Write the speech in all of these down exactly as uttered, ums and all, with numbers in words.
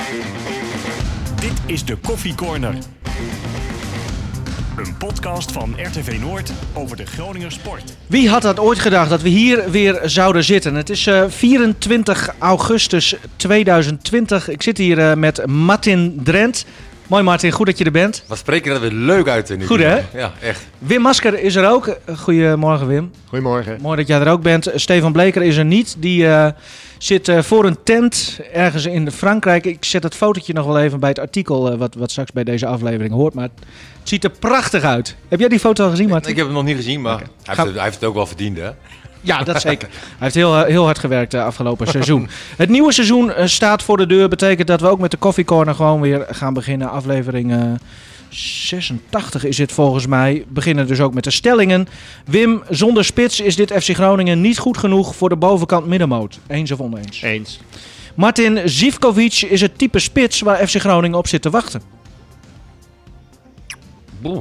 Dit is de Koffie Corner. Een podcast van R T V Noord over de Groninger sport. Wie had dat ooit gedacht dat we hier weer zouden zitten? Het is uh, vierentwintig augustus tweeduizend twintig. Ik zit hier uh, met Martin Drent. Mooi Martin, goed dat je er bent. Wat spreken dat weer leuk uit. In goed hè? Ja, echt. Wim Masker is er ook. Goedemorgen Wim. Goedemorgen. Mooi dat jij er ook bent. Stefan Bleker is er niet. Die uh, zit uh, voor een tent ergens in Frankrijk. Ik zet het fotootje nog wel even bij het artikel uh, wat, wat straks bij deze aflevering hoort. Maar het ziet er prachtig uit. Heb jij die foto al gezien, Martin? Ik heb hem nog niet gezien, maar okay. hij, heeft het, hij heeft het ook wel verdiend, hè? Ja, dat zeker. Hij heeft heel, heel hard gewerkt uh, afgelopen seizoen. Het nieuwe seizoen uh, staat voor de deur. Betekent dat we ook met de Koffie Corner gewoon weer gaan beginnen. Aflevering uh, zesentachtig is dit volgens mij. Beginnen dus ook met de stellingen. Wim, zonder spits is dit F C Groningen niet goed genoeg voor de bovenkant middenmoot. Eens of oneens? Eens. Martin, Zivkovic is het type spits waar F C Groningen op zit te wachten. Boe.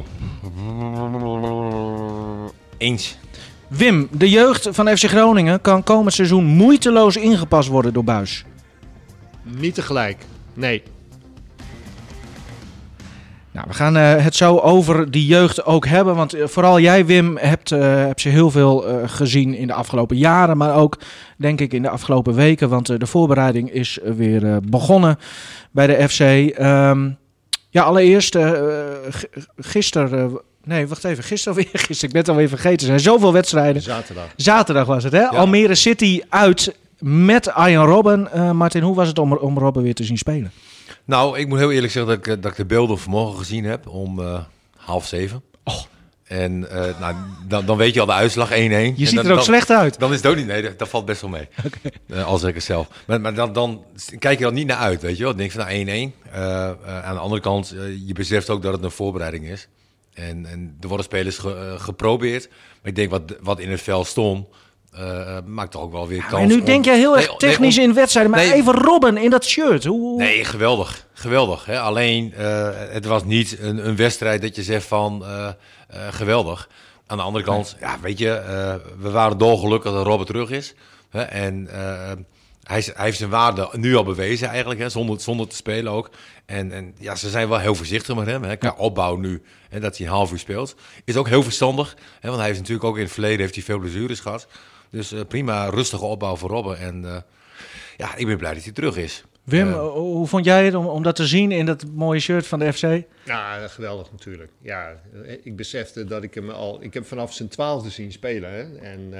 Eens. Wim, de jeugd van F C Groningen kan komend seizoen moeiteloos ingepast worden door Buijs. Niet tegelijk. Nee. Nou, we gaan uh, het zo over die jeugd ook hebben. Want uh, vooral jij, Wim, hebt, uh, hebt ze heel veel uh, gezien in de afgelopen jaren. Maar ook, denk ik, in de afgelopen weken. Want uh, de voorbereiding is uh, weer uh, begonnen bij de F C. Um, ja, allereerst, uh, g- gisteren... Uh, Nee, wacht even. Gisteren of eergisteren. Ik ben het alweer vergeten. Er zijn zoveel wedstrijden. Zaterdag. Zaterdag was het, hè? Ja. Almere City uit met Arjen Robben. Uh, Martin, hoe was het om, om Robben weer te zien spelen? Nou, ik moet heel eerlijk zeggen dat ik, dat ik de beelden vanmorgen gezien heb om uh, half zeven. Oh. En uh, nou, dan, dan weet je al de uitslag één-één. Je en ziet dan, er ook dan, slecht uit. Dan is het ook niet. Nee, dat, dat valt best wel mee. Okay. Uh, al zeg ik het zelf. Maar, maar dan, dan kijk je dan niet naar uit, weet je wel. Dan denk je van nou één-één. Uh, uh, aan de andere kant, uh, je beseft ook dat het een voorbereiding is. En, en er worden spelers ge, uh, geprobeerd. Maar ik denk wat, wat in het veld stond, uh, maakt toch ook wel weer ja, kans. En nu om, denk jij heel erg nee, technisch nee, om, in wedstrijden. Maar nee, even Robben in dat shirt. Hoe... Nee, geweldig. Geweldig. Hè? Alleen, uh, het was niet een, een wedstrijd dat je zegt van uh, uh, geweldig. Aan de andere kant, nee. ja, weet je, uh, we waren dolgelukkig dat Robben terug is. Hè? En uh, hij, hij heeft zijn waarde nu al bewezen eigenlijk, hè? Zonder, zonder te spelen ook. En, en ja, ze zijn wel heel voorzichtig met hem, hè? Qua opbouw nu, hè, dat hij een half uur speelt. Is ook heel verstandig, hè? Want hij heeft natuurlijk ook in het verleden heeft hij veel blessures gehad. Dus uh, prima, rustige opbouw voor Robben. En uh, ja, ik ben blij dat hij terug is. Wim, uh, hoe vond jij het om, om dat te zien in dat mooie shirt van de F C? Ja, geweldig natuurlijk. Ja, ik besefte dat ik hem al... Ik heb vanaf zijn twaalfde zien spelen, hè. En... Uh,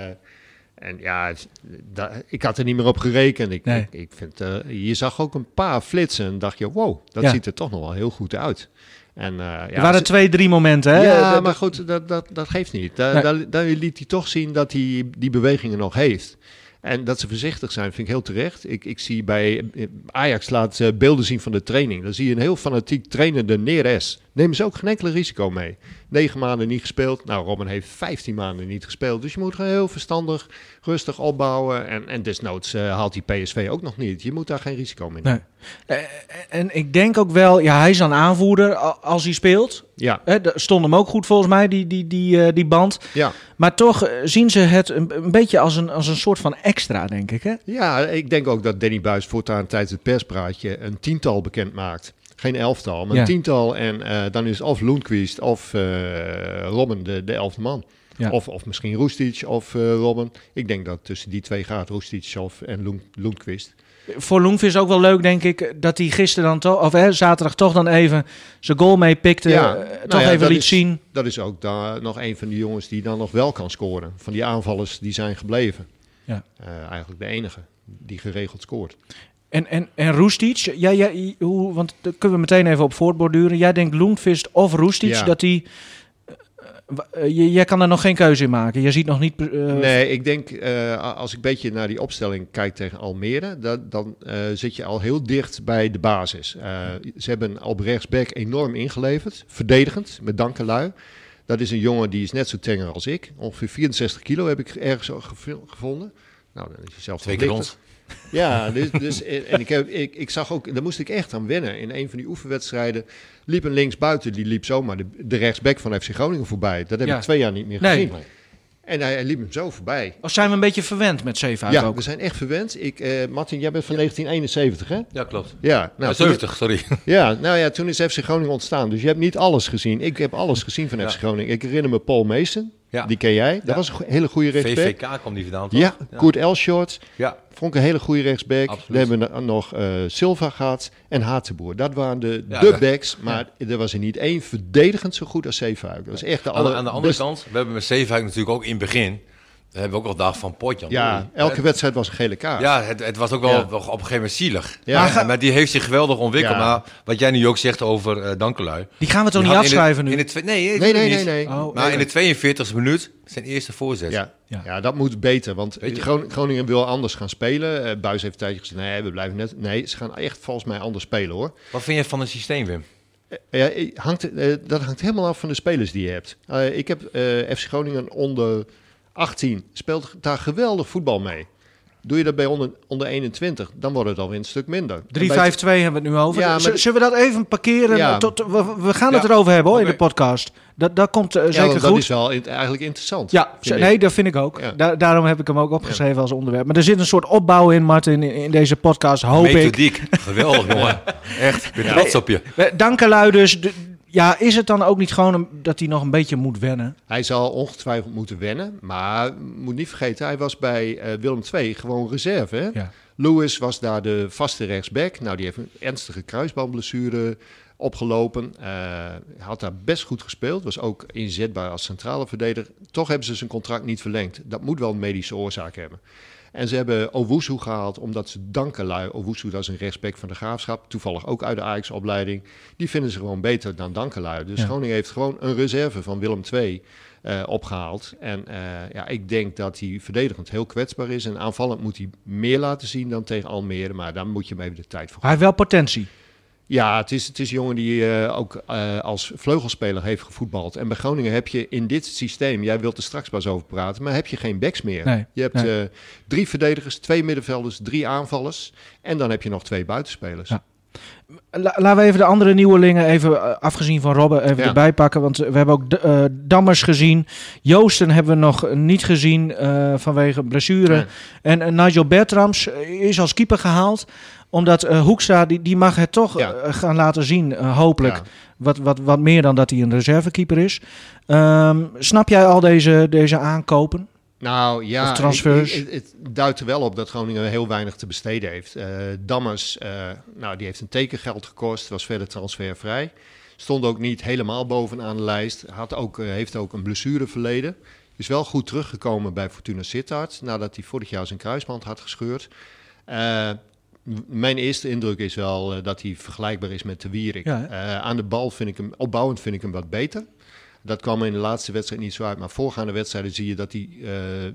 En ja, da, ik had er niet meer op gerekend. Ik, nee. ik, ik vind, uh, je zag ook een paar flitsen en dacht je, wow, dat ja. ziet er toch nog wel heel goed uit. En, uh, ja, er waren twee, drie momenten, hè? Ja, de, maar goed, dat, dat, dat geeft niet. Da, nee. daar, daar liet hij toch zien dat hij die bewegingen nog heeft. En dat ze voorzichtig zijn, vind ik heel terecht. Ik, ik zie bij Ajax laat uh, beelden zien van de training. Dan zie je een heel fanatiek trainende Neres. Nemen ze ook geen enkele risico mee. Negen maanden niet gespeeld. Nou, Robben heeft vijftien maanden niet gespeeld. Dus je moet gewoon heel verstandig, rustig opbouwen. En, en desnoods uh, haalt die P S V ook nog niet. Je moet daar geen risico mee nemen. Nee. Uh, en ik denk ook wel, ja, hij is dan aanvoerder als hij speelt. Ja. Uh, stond hem ook goed volgens mij, die, die, die, uh, die band. Ja. Maar toch uh, zien ze het een, een beetje als een, als een soort van extra, denk ik, hè? Ja, ik denk ook dat Danny Buijs voortaan tijdens het perspraatje een tiental bekend maakt. Geen elftal, maar ja. een tiental. En uh, dan is of Lundqvist of uh, Robben de, de elfde man. Ja. Of, of misschien Roestic of uh, Robben. Ik denk dat tussen die twee gaat, Roestic of en Lundqvist. Voor Lundqvist is ook wel leuk, denk ik, dat hij gisteren dan toch, of hè, zaterdag toch dan even zijn goal meepikte. Ja, uh, toch nou ja, even liet is, zien. Dat is ook da- nog een van die jongens die dan nog wel kan scoren. Van die aanvallers die zijn gebleven. Ja. Uh, eigenlijk de enige die geregeld scoort. En, en, en Roestic, ja, ja, hoe, want daar kunnen we meteen even op voortborduren. Jij denkt Lundqvist of Roestic, ja. dat die... Uh, uh, jij kan er nog geen keuze in maken. Je ziet nog niet... Uh, nee, ik denk, uh, als ik een beetje naar die opstelling kijk tegen Almere, dat, dan uh, zit je al heel dicht bij de basis. Uh, ze hebben op rechtsback enorm ingeleverd, verdedigend, met Dankelui. Dat is een jongen die is net zo tenger als ik. Ongeveer vierenzestig kilo heb ik ergens gevonden. Nou, dan is je zelf twee keer ons. Ja, dus, dus en ik, heb, ik, ik zag ook, daar moest ik echt aan wennen. In een van die oefenwedstrijden liep een linksbuiten, die liep zomaar de, de rechtsback van F C Groningen voorbij. Dat heb ja. ik twee jaar niet meer gezien. Nee. En hij, hij liep hem zo voorbij. Of zijn we een beetje verwend met Zeefuik Ja, ook? we zijn echt verwend. Ik, uh, Martin, jij bent van negentien eenenzeventig, hè? Ja, klopt. Ja, nou, Uh, zeventig, sorry. Ja, nou ja, toen is F C Groningen ontstaan. Dus je hebt niet alles gezien. Ik heb alles gezien van Ja. F C Groningen. Ik herinner me Paul Mason. Ja. Die ken jij. Dat Ja. was een go- hele goede rechtsback. V V K kwam die vandaan, toch? Ja, Koert Elshort. Ja. Vond ik een hele goede rechtsback. Absoluut. We hebben er nog uh, Silva gehad en Hatenboer. Dat waren de, Ja, de dat- backs. Maar er was er niet één verdedigend zo goed als Zeefuik. Dat was echt de Aan, de- aller, aan de andere best- kant, we hebben met Zeefuik natuurlijk ook in het begin... We hebben ook al gedacht van Potjan. Ja, elke wedstrijd was een gele kaart. Ja, het, het was ook wel Ja. op een gegeven moment zielig. Ja. Maar, maar die heeft zich geweldig ontwikkeld. Ja. Maar wat jij nu ook zegt over uh, Dankelui. Die gaan we toch Die niet had in de- afschrijven nu? In de twe- nee, Nee, natuurlijk nee, nee, niet. nee. Oh, Maar Nee, in de tweeënveertigste minuut zijn eerste voorzet. Ja. Ja. Ja. dat moet beter. Want Weet je- Gron- Groningen wil anders gaan spelen. Uh, Buijs heeft een tijdje gezegd, nee, we blijven net... Nee, ze gaan echt volgens mij anders spelen, hoor. Wat vind je van het systeem, Wim? Uh, ja, hangt, uh, dat hangt helemaal af van de spelers die je hebt. Uh, ik heb uh, F C Groningen onder achttien. Speelt daar geweldig voetbal mee. Doe je dat bij onder, onder eenentwintig, dan wordt het alweer een stuk minder. drie vijf twee hebben we het nu over. Ja, maar Z- de- Zullen we dat even parkeren? Ja. Tot, we, we gaan het Ja. erover hebben hoor, in Oké. de podcast. Dat, dat komt uh, Ja, zeker want goed. dat is wel in- eigenlijk interessant. Ja, vind ik. nee, dat vind ik ook. Ja. Da- daarom heb ik hem ook opgeschreven als onderwerp. Maar er zit een soort opbouw in, Martin, in, in deze podcast, hoop ik. Methodiek. Geweldig, jongen. Echt, ik ben Ja. trots op je. Eh, Dankelui dus. De- ja, is het dan ook niet gewoon een- dat hij nog een beetje moet wennen? Hij zal ongetwijfeld moeten wennen. Maar moet niet vergeten, hij was bij uh, Willem twee gewoon reserve. Hè? Ja. Lewis was daar de vaste rechtsback. Nou, die heeft een ernstige kruisbandblessure opgelopen. Uh, had daar best goed gespeeld. Was ook inzetbaar als centrale verdediger. Toch hebben ze zijn contract niet verlengd. Dat moet wel een medische oorzaak hebben. En ze hebben Owusu gehaald omdat ze Dankelui... Owusu, dat is een rechtsback van de Graafschap. Toevallig ook uit de Ajax-opleiding. Die vinden ze gewoon beter dan Dankelui. Dus Ja. Groningen heeft gewoon een reserve van Willem twee uh, opgehaald. En uh, ja, ik denk dat hij verdedigend heel kwetsbaar is. En aanvallend moet hij meer laten zien dan tegen Almere. Maar daar moet je hem even de tijd voor. Hij heeft wel potentie. Ja, het is, het is een jongen die uh, ook uh, als vleugelspeler heeft gevoetbald. En bij Groningen heb je in dit systeem, jij wilt er straks pas over praten, maar heb je geen backs meer. Nee, je hebt nee. uh, drie verdedigers, twee middenvelders, drie aanvallers. En dan heb je nog twee buitenspelers. Ja. La- laten we even de andere nieuwelingen, even uh, afgezien van Robben, even Ja. erbij pakken. Want uh, we hebben ook D- uh, Dammers gezien. Joosten hebben we nog niet gezien uh, vanwege blessure. Nee. En uh, Nigel Bertrams uh, is als keeper gehaald. Omdat uh, Hoekstra, die, die mag het toch Ja. uh, gaan laten zien, uh, hopelijk. Ja. Wat, wat, wat meer dan dat hij een reservekeeper is. Um, snap jij al deze, deze aankopen? Nou ja, Of transfers. ik- ik- het duidt er wel op dat Groningen heel weinig te besteden heeft. Uh, Dammers, uh, nou, die heeft een tekengeld gekost, was verder transfervrij. Stond ook niet helemaal bovenaan de lijst. Had ook, uh, heeft ook een blessureverleden. Is wel goed teruggekomen bij Fortuna Sittard, nadat hij vorig jaar zijn kruisband had gescheurd. Uh, Mijn eerste indruk is wel uh, dat hij vergelijkbaar is met de Wierik. Ja, hè? uh, aan de bal vind ik hem, opbouwend vind ik hem wat beter. Dat kwam in de laatste wedstrijd niet zo uit, maar voorgaande wedstrijden zie je dat hij uh,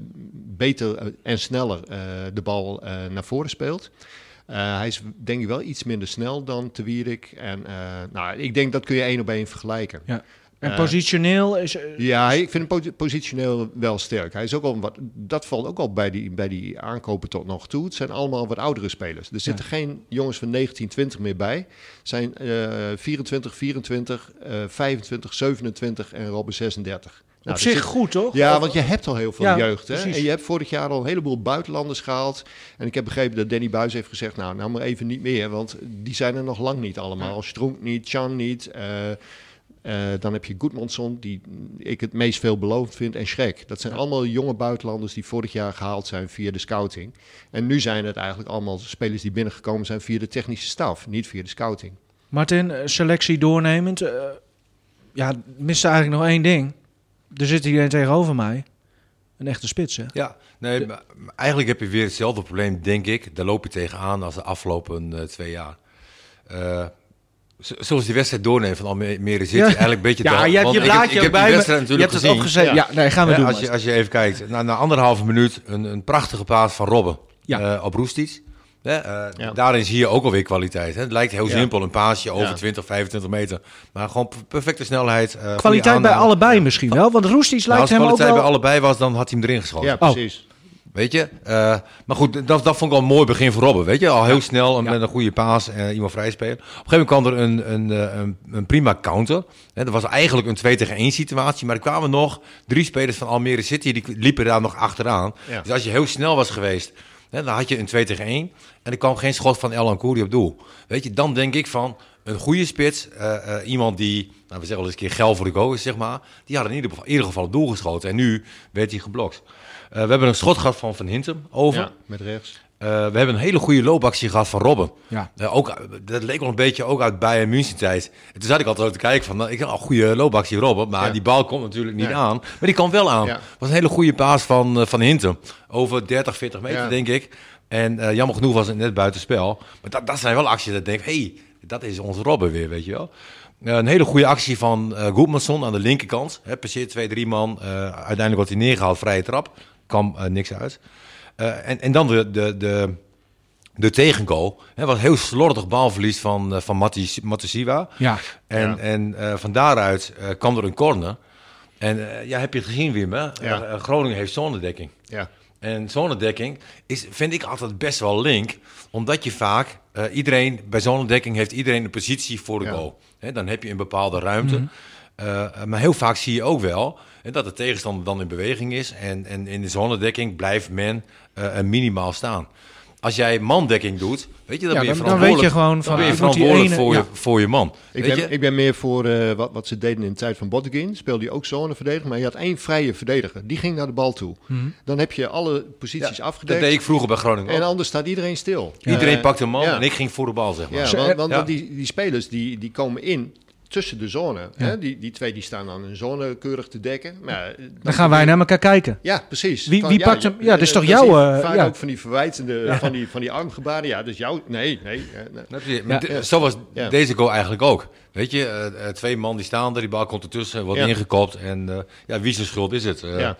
beter en sneller uh, de bal uh, naar voren speelt. Uh, hij is denk ik wel iets minder snel dan de Wierik. En uh, nou, ik denk dat kun je één op één vergelijken. Ja. En Uh, positioneel is... Ja, hij- ik vind hem po- positioneel wel sterk. Hij is ook al wat, dat valt ook al bij die, bij die aankopen tot nog toe. Het zijn allemaal wat oudere spelers. Er zitten geen jongens van negentien, twintig meer bij. Het zijn uh, vierentwintig, vierentwintig, uh, vijfentwintig, zevenentwintig en Robben zesendertig. Nou, op er zich zit- goed, toch? Ja, Of- want je hebt al heel veel Ja, jeugd. Hè? precies. En je hebt vorig jaar al een heleboel buitenlanders gehaald. En ik heb begrepen dat Danny Buijs heeft gezegd... nou, nou maar even niet meer, want die zijn er nog lang niet allemaal. Stroenk niet, Chan niet... Uh, Uh, dan heb je Goedmanson, die ik het meest veelbelovend vind, en Schrek. Dat zijn Ja. allemaal jonge buitenlanders die vorig jaar gehaald zijn via de scouting. En nu zijn het eigenlijk allemaal spelers die binnengekomen zijn via de technische staf, niet via de scouting. Martin, uh, selectie doornemend. Uh, ja, mist eigenlijk nog één ding. Er zit iedereen tegenover mij. Een echte spits, hè? Ja, nee, maar eigenlijk heb je weer hetzelfde probleem, denk ik. Daar loop je tegenaan als de afgelopen uh, twee jaar. Uh, z- zoals die wedstrijd doornemen van Almere zit je Ja. eigenlijk een beetje... Ja, te- je hebt want je ik heb- blaadje ik heb bij die me. wedstrijd Je natuurlijk hebt het gezien. opgezet. Ja. Ja. nee, gaan we Ja, doen. als, je, als je even kijkt, na, na anderhalve minuut een, een prachtige paas van Robben Ja. uh, op Roestic. Hè, uh, Ja. Daarin zie je ook alweer kwaliteit. Hè. Het lijkt heel Ja. simpel, een paasje over Ja. twintig, vijfentwintig meter. Maar gewoon p- perfecte snelheid. Uh, goede Kwaliteit bij aanname. allebei misschien wel, want Roestic Nou, lijkt als hem ook kwaliteit wel... bij allebei was, dan had hij hem erin geschoten. Ja, Oh. precies. Weet je? Uh, maar goed, dat, dat vond ik al een mooi begin voor Robben. Weet je? Al heel ja. snel en ja. met een goede paas en iemand vrij spelen. Op een gegeven moment kwam er een, een, een, een prima counter. Hè, dat was eigenlijk een twee tegen één situatie. Maar er kwamen nog drie spelers van Almere City. Die liepen daar nog achteraan. Ja. Dus als je heel snel was geweest, hè, dan had je een twee tegen één. En er kwam geen schot van El Ancoury op doel. Weet je? Dan denk ik van een goede spits. Uh, uh, iemand die, nou, we zeggen wel eens een keer geil voor de goal is, zeg maar. Die had in ieder geval, in ieder geval op doel geschoten. En nu werd hij geblokt. Uh, we hebben een schot gehad van Van Hintem over. Ja, met rechts. Uh, we hebben een hele goede loopactie gehad van Robben. Ja. Uh, ook, dat leek wel een beetje ook uit Bayern München tijd. En toen zat ik altijd te kijken van, nou, ik dacht, oh, goede loopactie Robben. Maar ja. die bal komt natuurlijk niet ja. aan. Maar die kwam wel aan. Het ja. was een hele goede paas van, uh, van Hintem. Over dertig, veertig meter, ja. denk ik. En uh, jammer genoeg was het net buitenspel. Maar dat, dat zijn wel acties dat ik denk, hé, hey, dat is onze Robben weer, weet je wel. Uh, een hele goede actie van uh, Goedmanson aan de linkerkant. Hè, passeert twee, drie man. Uh, uiteindelijk wordt hij neergehaald, vrije trap. Kwam uh, niks uit. Uh, en, en dan de, de, de, de tegengoal. Hè, wat heel slordig balverlies van, uh, van Matisiwa. Ja. En, ja. en uh, van daaruit uh, kwam er een corner. En uh, ja, heb je het gezien, Wim? Hè? Ja. Uh, Groningen heeft zonedekking. Ja. En zonedekking is, vind ik altijd best wel link. Omdat je vaak, uh, iedereen, bij zonedekking heeft iedereen een positie voor de ja. goal. Hè, dan heb je een bepaalde ruimte. Mm-hmm. Uh, maar heel vaak zie je ook wel hè, dat de tegenstander dan in beweging is. En, en in de zonedekking blijft men uh, minimaal staan. Als jij mandekking doet, weet je, dan ja, ben je dan, verantwoordelijk, dan weet je gewoon van, ben je verantwoordelijk ene, voor, ja. je, voor je man. Ik weet ben, je? ik ben meer voor uh, wat, wat ze deden in de tijd van Botteguin. Speelde hij ook zoneverdediger, maar je had één vrije verdediger. Die ging naar de bal toe. Mm-hmm. Dan heb je alle posities ja, afgedekt. Dat deed ik vroeger bij Groningen. En anders staat iedereen stil. Iedereen uh, pakte een man ja. en ik ging voor de bal, zeg maar. Ja, want, want ja. die, die spelers die, die komen in tussen de zone. Ja. Hè? Die, die twee die staan dan een zone keurig te dekken. Maar, dan, dan gaan wij je... naar elkaar kijken. Ja, precies. Wie, van, wie ja, pakt hem? Ja, dat is toch jouw... Uh, vaak ja. ook van die verwijtende, ja. van, die, van die armgebaren. Ja, dus jouw... Nee, nee. nee. Ja. Ja. Zo was ja. deze goal eigenlijk ook. Weet je, uh, twee man die staan er, die bal komt ertussen, wordt ja. ingekopt. En uh, ja, wie zijn schuld is het? Uh, ja.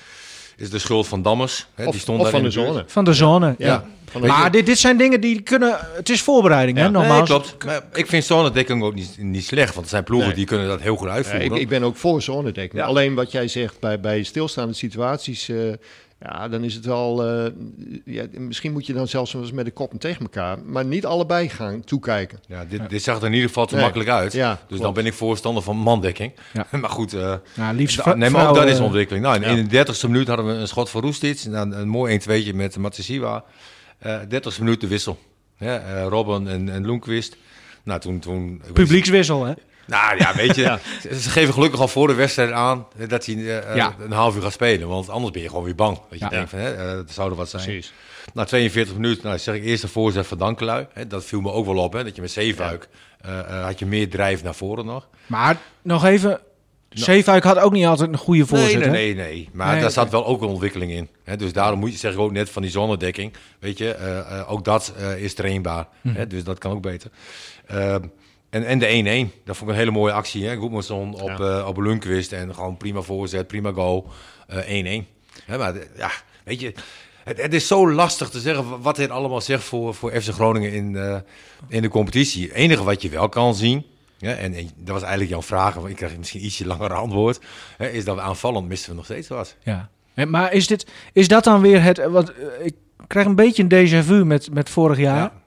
Is de schuld van Dammers? Hè? Of, die stond of daar van in de zone. Van de zone, ja. ja. ja. Maar dit, dit zijn dingen die kunnen... Het is voorbereiding, ja. hè, normaal. Nee, klopt. Maar ik vind zonedekking ook niet, niet slecht. Want er zijn ploegen nee. die kunnen dat heel goed uitvoeren. Ja, ik, ik ben ook voor zonedekking. Ja. Alleen wat jij zegt, bij, bij stilstaande situaties... Uh, ja, dan is het wel... Uh, ja, misschien moet je dan zelfs eens met de koppen tegen elkaar... maar niet allebei gaan toekijken. Ja, dit, ja. dit zag er in ieder geval te nee. makkelijk uit. Ja, dus klopt. Dan ben ik voorstander van mandekking. Ja. Maar goed, uh, ja, liefst da, nee, maar ook dat is ontwikkeling. Nou, in, ja. in de dertigste minuut hadden we een schot voor Roestic. Een, een mooi een-tweetje met Matisiwa. Uh, dertigste minuut de wissel. Ja, uh, Robben en, en Lundqvist. Nou, toen... toen Publiekswissel, hè? Nou ja, weet je, ja. ze geven gelukkig al voor de wedstrijd aan dat hij uh, ja. een half uur gaat spelen. Want anders ben je gewoon weer bang. Weet je, ja. denkt van, hè, uh, het zou er wat zijn. Precies. Na tweeënveertig minuten, nou zeg ik eerst de voorzet van Dankelui. Hè, dat viel me ook wel op, hè, dat je met Zeefuik ja. uh, uh, had je meer drijf naar voren nog. Maar nog even, Zeefuik had ook niet altijd een goede voorzet. Nee, nee, nee. nee. Maar nee, daar zat wel ook een ontwikkeling in. Hè, dus daarom moet je, zeg ik ook net van die zonnedekking. Weet je, uh, uh, ook dat uh, is trainbaar. Hm. Hè, dus dat kan ook beter. Uh, En, en de één-één, dat vond ik een hele mooie actie. Hè? Goedmanson op, ja. uh, op Lundqvist en gewoon prima voorzet, prima goal. Uh, één-één. Hè, maar de, ja, weet je, het, het is zo lastig te zeggen wat dit allemaal zegt voor, voor F C Groningen in, uh, in de competitie. Het enige wat je wel kan zien, ja, en, en dat was eigenlijk jouw vraag, ik krijg misschien ietsje langer antwoord, hè, is dat we aanvallend missen we nog steeds wat. Ja, maar is, dit, is dat dan weer het... Wat, uh, ik krijg een beetje een déjà vu met, met vorig jaar. Ja.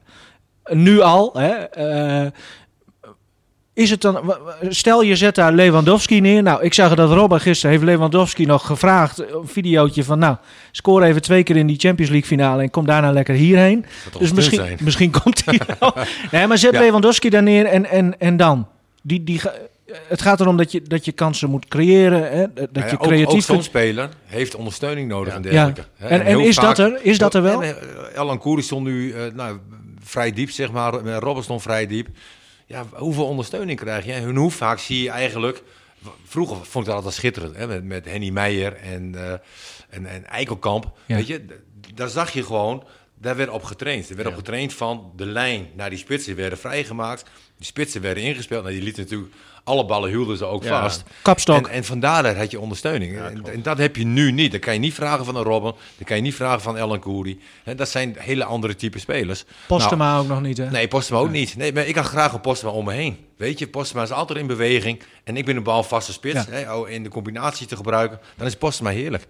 Nu al, hè. Uh, Is het dan, stel je zet daar Lewandowski neer. Nou, ik zag dat Robben gisteren heeft Lewandowski nog gevraagd, een videootje van, nou, score even twee keer in die Champions League finale en kom daarna lekker hierheen. Dus misschien, misschien komt hij wel. Nee, maar zet ja. Lewandowski daar neer en, en, en dan. Die, die, het gaat erom dat je, dat je kansen moet creëren. Hè? Dat nou ja, je creatief ook, ook zo'n kunt... speler heeft ondersteuning nodig ja. en dergelijke. Ja. En, en, en is, vaak, dat er, is dat er wel? En, uh, El Ancoury stond nu uh, nou, vrij diep, zeg maar. Robben stond vrij diep. Ja, hoeveel ondersteuning krijg je? En hoe vaak zie je eigenlijk... Vroeger vond ik dat altijd schitterend, hè? Met, met Henny Meijer en, uh, en, en Eikelkamp. Ja. Weet je, daar zag je gewoon... Daar werd op getraind. Er werd ja. op getraind van de lijn naar die spitsen werden vrijgemaakt. Die spitsen werden ingespeeld. Nou, die lieten natuurlijk... Alle ballen hielden ze ook ja. vast. Kapstok. En, en vandaar had je ondersteuning. Ja, en, en dat heb je nu niet. Dat kan je niet vragen van een Robben. Dat kan je niet vragen van El Ancoury. Dat zijn hele andere type spelers. Postema nou, ook nog niet, hè? Nee, Postema ook ja. niet. Nee, maar ik had graag een Postema om me heen. Weet je, Postema is altijd in beweging. En ik ben een balvaste spits. Ja. Hè, in de combinatie te gebruiken. Dan is Postema heerlijk.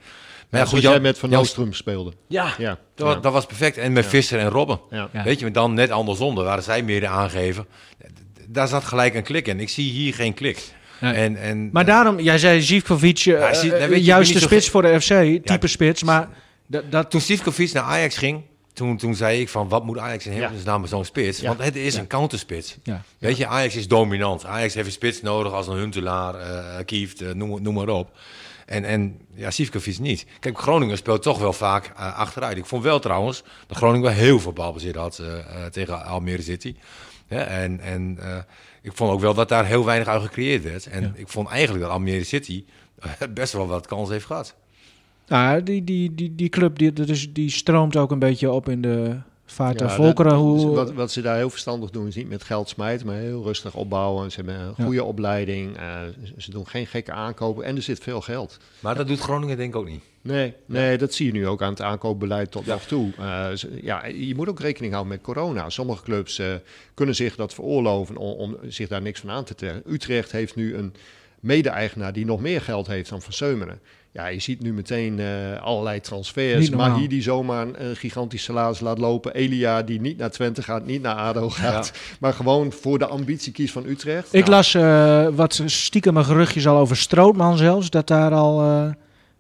Maar ja, goed, jij Jan- met Van Jan- Noostrum speelde. Ja, Ja. dat, was, Ja. dat was perfect. En met Ja. Visser en Robben. Ja. Ja. Weet je, maar dan net andersom. Daar waren zij meer in aangegeven. Daar zat gelijk een klik in. Ik zie hier geen klik. Nee. En, en, Maar daarom, jij zei Zivkovic, uh, Ja, zie- uh, nou, weet je, juist ik ben de niet zo spits ge- voor de F C, type Ja, spits, maar dat, dat Toen Sivkovic naar Ajax ging, toen, toen zei ik van wat moet Ajax in hemelsnaam met zo'n spits? Ja. Want het is een counterspits. Ja. Weet je, Ajax is dominant. Ajax heeft een spits nodig als een Huntelaar, uh, Kieft, uh, noem, noem maar op. En, en ja, Sivkovic niet. Kijk, Groningen speelt toch wel vaak uh, achteruit. Ik vond wel trouwens dat Groningen wel heel veel balbezit had uh, uh, tegen Almere City. Ja, en en uh, ik vond ook wel dat daar heel weinig uit gecreëerd werd. En Ja. ik vond eigenlijk dat Almere City uh, best wel wat kans heeft gehad. nou, die, die, die, die club die, dus, die stroomt ook een beetje op in de vaart der Ja, volkeren. dat- Hoe, wat, wat ze daar heel verstandig doen is niet met geld smijten, maar heel rustig opbouwen. Ze hebben een goede opleiding, uh, ze doen geen gekke aankopen en er zit veel geld. Maar dat doet Groningen denk ik ook niet. Nee, nee, dat zie je nu ook aan het aankoopbeleid tot nog toe. Uh, ze- ja, je moet ook rekening houden met corona. Sommige clubs uh, kunnen zich dat veroorloven om, om zich daar niks van aan te trekken. Utrecht heeft nu een mede-eigenaar die nog meer geld heeft dan Van Seumeren. Ja, je ziet nu meteen uh, allerlei transfers. Niet normaal. Mahi die zomaar een gigantisch salaris laat lopen. Elia die niet naar Twente gaat, niet naar ADO gaat. Maar gewoon voor de ambitie kiest van Utrecht. ik Nou, las uh, wat stiekem geruchtjes al over Strootman zelfs, dat daar al uh,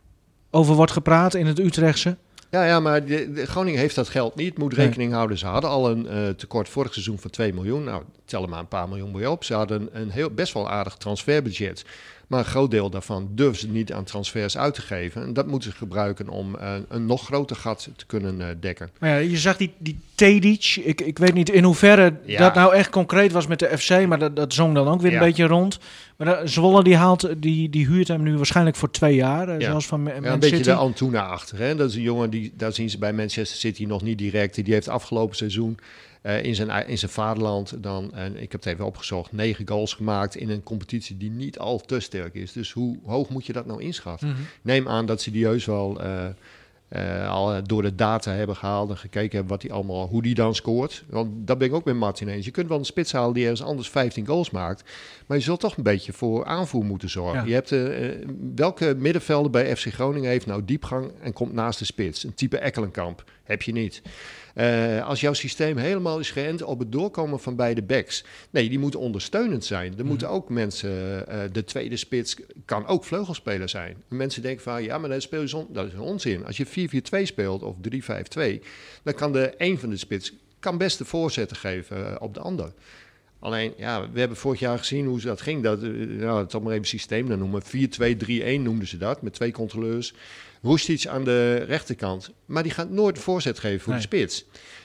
over wordt gepraat in het Utrechtse. Ja, ja, maar de, de Groningen heeft dat geld niet. Moet rekening houden. Ze hadden al een uh, tekort vorig seizoen van twee miljoen. Nou, tel er maar een paar miljoen bij op. Ze hadden een heel, best wel aardig transferbudget. Maar een groot deel daarvan durven ze niet aan transfers uit te geven. En dat moeten ze gebruiken om uh, een nog groter gat te kunnen uh, dekken. Maar ja, je zag die, die Tedic, ik, ik weet niet in hoeverre Ja. dat nou echt concreet was met de F C, maar dat, dat zong dan ook weer Ja. een beetje rond. Maar dat, Zwolle die, haalt, die, die huurt hem nu waarschijnlijk voor twee jaar, uh, Ja. zoals van Man Ja, een City. beetje de Antuna achter. Hè? Dat is een jongen, die, daar zien ze bij Manchester City nog niet direct. Die heeft afgelopen seizoen uh, in, zijn, in zijn vaderland dan, en ik heb het even opgezocht, negen goals gemaakt in een competitie die niet al te sterk is. Dus hoe hoog moet je dat nou inschatten? Mhm. Neem aan dat ze die heus wel uh, uh, al door de data hebben gehaald en gekeken hebben wat die allemaal, hoe die dan scoort. Want dat ben ik ook met Martin eens. Je kunt wel een spits halen die ergens anders vijftien goals maakt, maar je zult toch een beetje voor aanvoer moeten zorgen. Ja. Je hebt, uh, welke middenvelder bij F C Groningen heeft nou diepgang en komt naast de spits? Een type Ekkelenkamp heb je niet. Uh, als jouw systeem helemaal is geënt op het doorkomen van beide backs. Nee, die moeten ondersteunend zijn. Er moeten ook mensen, uh, de tweede spits kan ook vleugelspeler zijn. Mensen denken van, ja, maar dat, speel je zon, dat is een onzin. Als je vier vier twee speelt of drie vijf twee, dan kan de een van de spits kan best de voorzetten geven uh, op de ander. Alleen, ja, we hebben vorig jaar gezien hoe ze dat ging. Dat, uh, nou, het zal maar even systeem dan noemen. vier twee drie een noemden ze dat, met twee controleurs. Roestic aan de rechterkant. Maar die gaat nooit een voorzet geven voor Nee. de spits.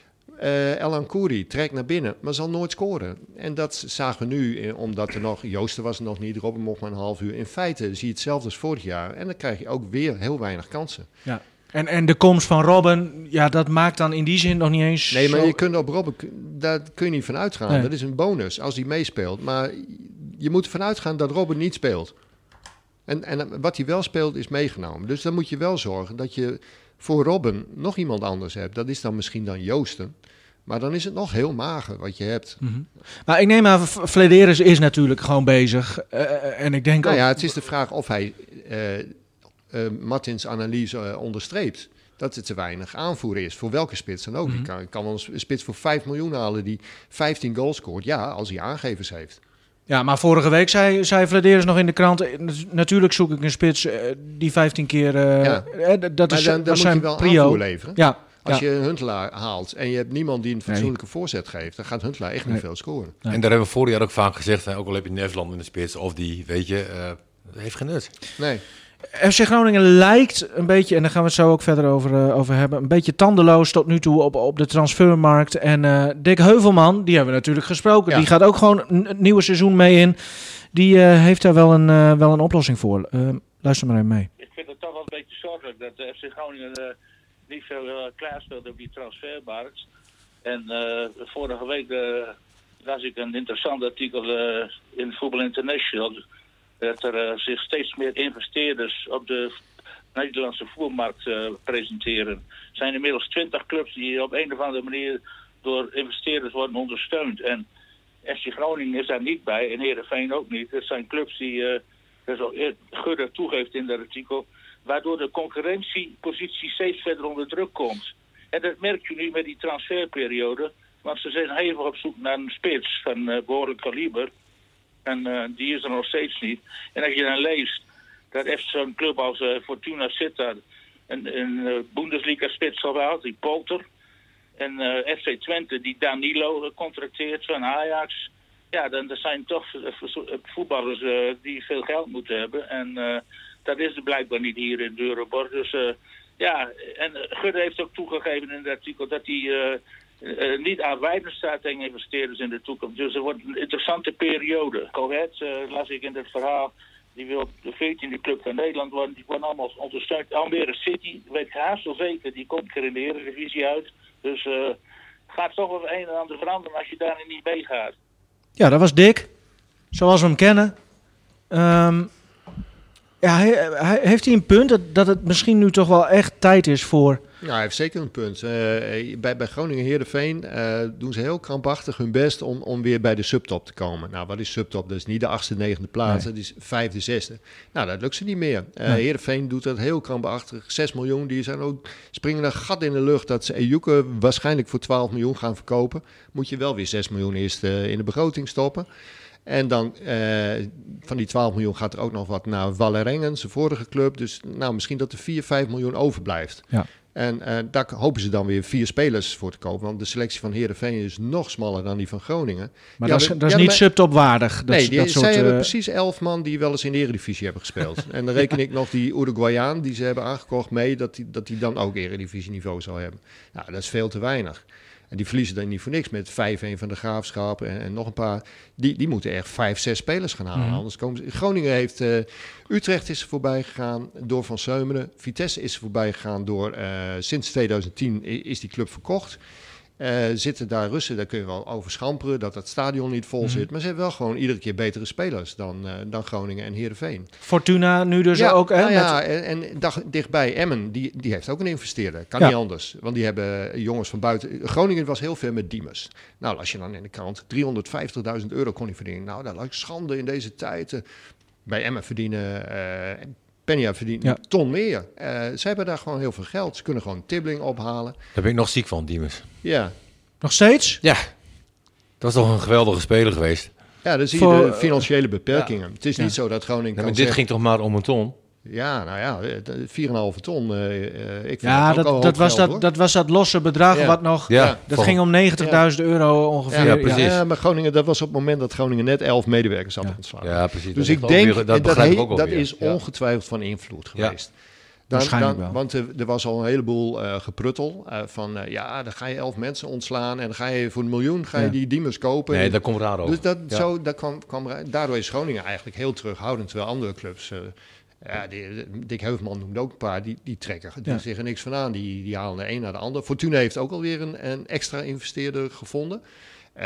Uh, Elan Kouri trekt naar binnen, maar zal nooit scoren. En dat zagen we nu, eh, omdat er nog... Joosten was er nog niet, Robben mocht maar een half uur. In feite zie je hetzelfde als vorig jaar. En dan krijg je ook weer heel weinig kansen. Ja. En, en de komst van Robben, ja, dat maakt dan in die zin nog niet eens Nee, maar zo- je kunt op Robben, daar kun je niet van uitgaan. Nee. Dat is een bonus als hij meespeelt. Maar je moet ervan uitgaan dat Robben niet speelt. En, en wat hij wel speelt is meegenomen. Dus dan moet je wel zorgen dat je voor Robben nog iemand anders hebt. Dat is dan misschien dan Joosten. Maar dan is het nog heel mager wat je hebt. Mm-hmm. Maar ik neem aan, Flederis is natuurlijk gewoon bezig. Uh, en ik denk Nou ook... ja, het is de vraag of hij uh, uh, Martins analyse uh, onderstreept. Dat het te weinig aanvoer is. Voor welke spits dan ook. Mm-hmm. Je kan, kan wel een spits voor vijf miljoen halen die vijftien goals scoort. Ja, als hij aangevers heeft. Ja, maar vorige week zei, zei Flederis nog in de krant... eh, Natuurlijk zoek ik een spits uh, die vijftien keer... Uh, Ja. eh, dat Maar is, dan, dat dan is moet zijn je wel prio. aanvoer leveren. Ja, Als ja. je een Huntelaar haalt en je hebt niemand die een fatsoenlijke voorzet geeft... dan gaat Huntelaar echt niet Nee. veel scoren. Ja. En daar hebben we vorig jaar ook vaak gezegd, hè, ook al heb je Nederland in de spits of die, weet je, uh, dat heeft geen nut. Nee. F C Groningen lijkt een beetje, en daar gaan we het zo ook verder over, uh, over hebben... een beetje tandeloos tot nu toe op, op de transfermarkt. En uh, Dick Heuvelman, die hebben we natuurlijk gesproken. Ja. Die gaat ook gewoon een, een nieuwe seizoen mee in. Die uh, heeft daar wel een, uh, wel een oplossing voor. Uh, luister maar even mee. Ik vind het toch wel een beetje zorgelijk dat de F C Groningen uh, niet veel uh, klaarspeelt op die transfermarkt. En uh, vorige week uh, las ik een interessant artikel uh, in Voetbal International. Dat er uh, zich steeds meer investeerders op de Nederlandse voetbalmarkt uh, presenteren. Er zijn inmiddels twintig clubs die op een of andere manier door investeerders worden ondersteund. En F C Groningen is daar niet bij en Heerenveen ook niet. Het zijn clubs die, uh, zoals Gudde toegeeft in dat artikel, waardoor de concurrentiepositie steeds verder onder druk komt. En dat merk je nu met die transferperiode, want ze zijn hevig op zoek naar een spits van uh, behoorlijk kaliber. En uh, die is er nog steeds niet. En als je dan leest dat heeft zo'n club als uh, Fortuna Sittard een, een uh, Bundesliga-spits gehaald, die Polter. En uh, F C Twente die Danilo uh, contracteert van Ajax. Ja, dan er zijn toch uh, voetballers uh, die veel geld moeten hebben. En uh, dat is er blijkbaar niet hier in Euroborg. Dus uh, ja, en Gudde heeft ook toegegeven in het artikel dat hij uh, uh, niet aan Weidenstraat tegen investeerders in de toekomst. Dus er wordt een interessante periode. Coët, uh, las ik in het verhaal, die wil de veertiende club van Nederland worden. Die wordt allemaal ondersteund. Almere City, weet ik haast wel zeker, die komt er in de Eredivisie uit. Dus uh, gaat toch wel het een en ander veranderen als je daarin niet meegaat. Ja, dat was Dick. Zoals we hem kennen. Um, ja, hij, hij, heeft hij een punt dat, dat het misschien nu toch wel echt tijd is voor... Ja, hij heeft zeker een punt. Uh, bij, bij Groningen-Heerenveen uh, doen ze heel krampachtig hun best om, om weer bij de subtop te komen. Nou, wat is subtop? Dat is niet de achtste, negende plaats, nee. Dat is vijfde, zesde. Nou, dat lukt ze niet meer. Uh, nee. Heerenveen doet dat heel krampachtig. zes miljoen, die zijn ook, springen een gat in de lucht dat ze Ejuke waarschijnlijk voor twaalf miljoen gaan verkopen. Moet je wel weer zes miljoen eerst uh, in de begroting stoppen. En dan uh, van die twaalf miljoen gaat er ook nog wat naar Wallerengen, zijn vorige club. Dus nou, misschien dat er vier, vijf miljoen overblijft. Ja. En uh, daar hopen ze dan weer vier spelers voor te kopen. Want de selectie van Heerenveen is nog smaller dan die van Groningen. Maar ja, dat is, dat is ja, niet maar, subtopwaardig. Dat, nee, die, dat zij soort, hebben uh... precies elf man die wel eens in de Eredivisie hebben gespeeld. En dan reken ik nog die Uruguayaan die ze hebben aangekocht mee, dat die, dat die dan ook Eredivisie niveau zal hebben. Nou, dat is veel te weinig. En die verliezen dan niet voor niks met vijf-een van de Graafschap en, en nog een paar. Die, die moeten echt vijf, zes spelers gaan halen. Mm. Anders komen ze... Groningen heeft... Uh, Utrecht is er voorbij gegaan door Van Seumeren. Vitesse is er voorbij gegaan door... Uh, sinds twintig tien is die club verkocht. Uh, zitten daar Russen, daar kun je wel over schamperen dat het stadion niet vol mm. zit. Maar ze hebben wel gewoon iedere keer betere spelers dan, uh, dan Groningen en Heerenveen. Fortuna nu dus ja, ook. Hè, nou met... ja, en, en dag, dichtbij Emmen, die, die heeft ook een investeerder. Kan ja. niet anders, want die hebben jongens van buiten. Groningen was heel veel met Diemers. Nou, als je dan in de krant driehonderdvijftigduizend euro kon hij verdienen. Nou, dat lijkt schande in deze tijd. Uh, bij Emmen verdienen... Uh, Penja verdient ja. een ton meer. Uh, ze hebben daar gewoon heel veel geld. Ze kunnen gewoon Tibbling ophalen. Daar ben ik nog ziek van, Diemers. Ja. Nog steeds? Ja. Dat was toch een geweldige speler geweest. Ja, dan zie Voor, je de financiële beperkingen. Ja. Het is ja. niet zo dat Groningen ja, kan maar dit zeggen, ging toch maar om een ton? Ja, nou ja, vier komma vijf ton. Uh, ik vind ja, dat, dat, dat, was geld, dat, dat was dat losse bedrag ja. wat nog... Ja, dat ging om negentigduizend ja. euro ongeveer. Ja, precies. Ja, maar Groningen, dat was op het moment dat Groningen net elf medewerkers had ja. ontslagen. Ja, precies. Dus dat ik denk, weer, dat, dat, he, ook dat is ja. ongetwijfeld van invloed geweest. Ja. Dan, Waarschijnlijk dan, wel. Want er, er was al een heleboel uh, gepruttel uh, van... Uh, ja, dan ga je elf mensen ontslaan en dan ga je voor een miljoen ga je ja. die Diemers kopen. Nee, dat komt raar over. Dus dat, ja. zo, dat kwam, kwam, daardoor is Groningen eigenlijk heel terughoudend. Terwijl andere clubs... Uh, ja, die, Dick Heuvelman noemde ook een paar, die, die trekken die ja. zich er niks van aan. Die, die halen de een naar de ander. Fortuna heeft ook alweer een, een extra investeerder gevonden. Uh,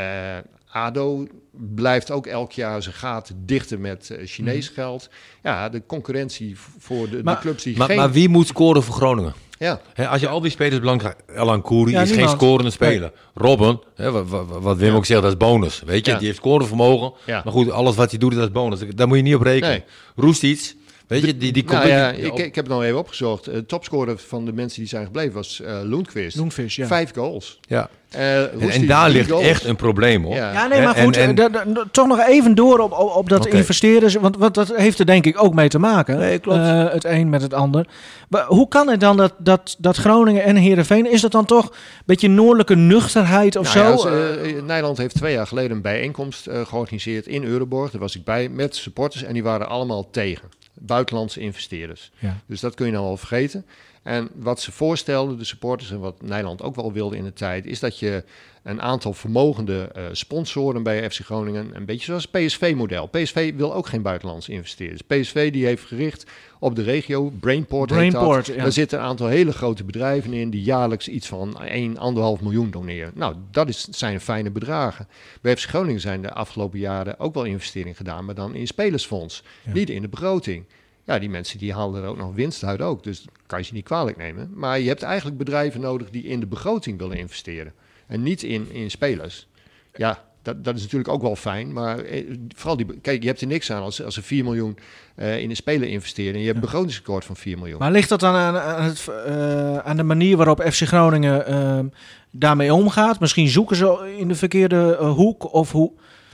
ADO blijft ook elk jaar zijn gaten dichten met uh, Chinees mm. geld. Ja, de concurrentie voor de, maar, de clubs die maar, geen... Maar wie moet scoren voor Groningen? Ja. He, als je al die spelers belangrijk... Elan Koeri ja, is niemand. geen scorende speler. Nee. Robben, he, wat, wat, wat Wim ja. ook zegt, dat is bonus. Weet je, ja. die heeft scorevermogen. Ja. Maar goed, alles wat hij doet, dat is bonus. Daar moet je niet op rekenen. Nee. Roestic... Weet je, die, die komt... Nou ja, ik, ik heb het nog even opgezocht. De uh, topscorer van de mensen die zijn gebleven was uh, Lundqvist. Lundqvist, ja. Vijf goals. Ja. Uh, en, en daar ligt goals. echt een probleem, hoor. Ja, ja nee, maar goed, en, en, da, da, toch nog even door op, op, op dat okay. investeren. Want, want dat heeft er denk ik ook mee te maken. Nee, klopt. Uh, het een met het ander. Maar hoe kan het dan dat, dat, dat Groningen en Heerenveen... Is dat dan toch een beetje noordelijke nuchterheid of nou zo? Ja, uh, Nederland heeft twee jaar geleden een bijeenkomst uh, georganiseerd in Euroborg. Daar was ik bij met supporters en die waren allemaal tegen. Buitenlandse investeerders. Ja. Dus dat kun je nou wel vergeten. En wat ze voorstelden, de supporters, en wat Nederland ook wel wilde in de tijd, is dat je een aantal vermogende uh, sponsoren bij F C Groningen, een beetje zoals het P S V-model. P S V wil ook geen buitenlandse investeerders. P S V die heeft gericht op de regio, Brainport, Brainport heet dat. Ja. Daar zitten een aantal hele grote bedrijven in die jaarlijks iets van één, anderhalf miljoen doneren. Nou, dat is, zijn fijne bedragen. Bij F C Groningen zijn de afgelopen jaren ook wel investeringen gedaan, maar dan in spelersfonds, ja. niet in de begroting. Ja, die mensen die halen er ook nog winst uit ook, dus dat kan je ze niet kwalijk nemen. Maar je hebt eigenlijk bedrijven nodig die in de begroting willen investeren en niet in, in spelers. Ja, dat, dat is natuurlijk ook wel fijn. Maar eh, vooral die, kijk, je hebt er niks aan als, als er vier miljoen uh, in een speler investeren. En je hebt een ja. begrotingstekort van vier miljoen. Maar ligt dat dan aan, aan, het, uh, aan de manier waarop F C Groningen uh, daarmee omgaat? Misschien zoeken ze in de verkeerde uh, hoek of hoe...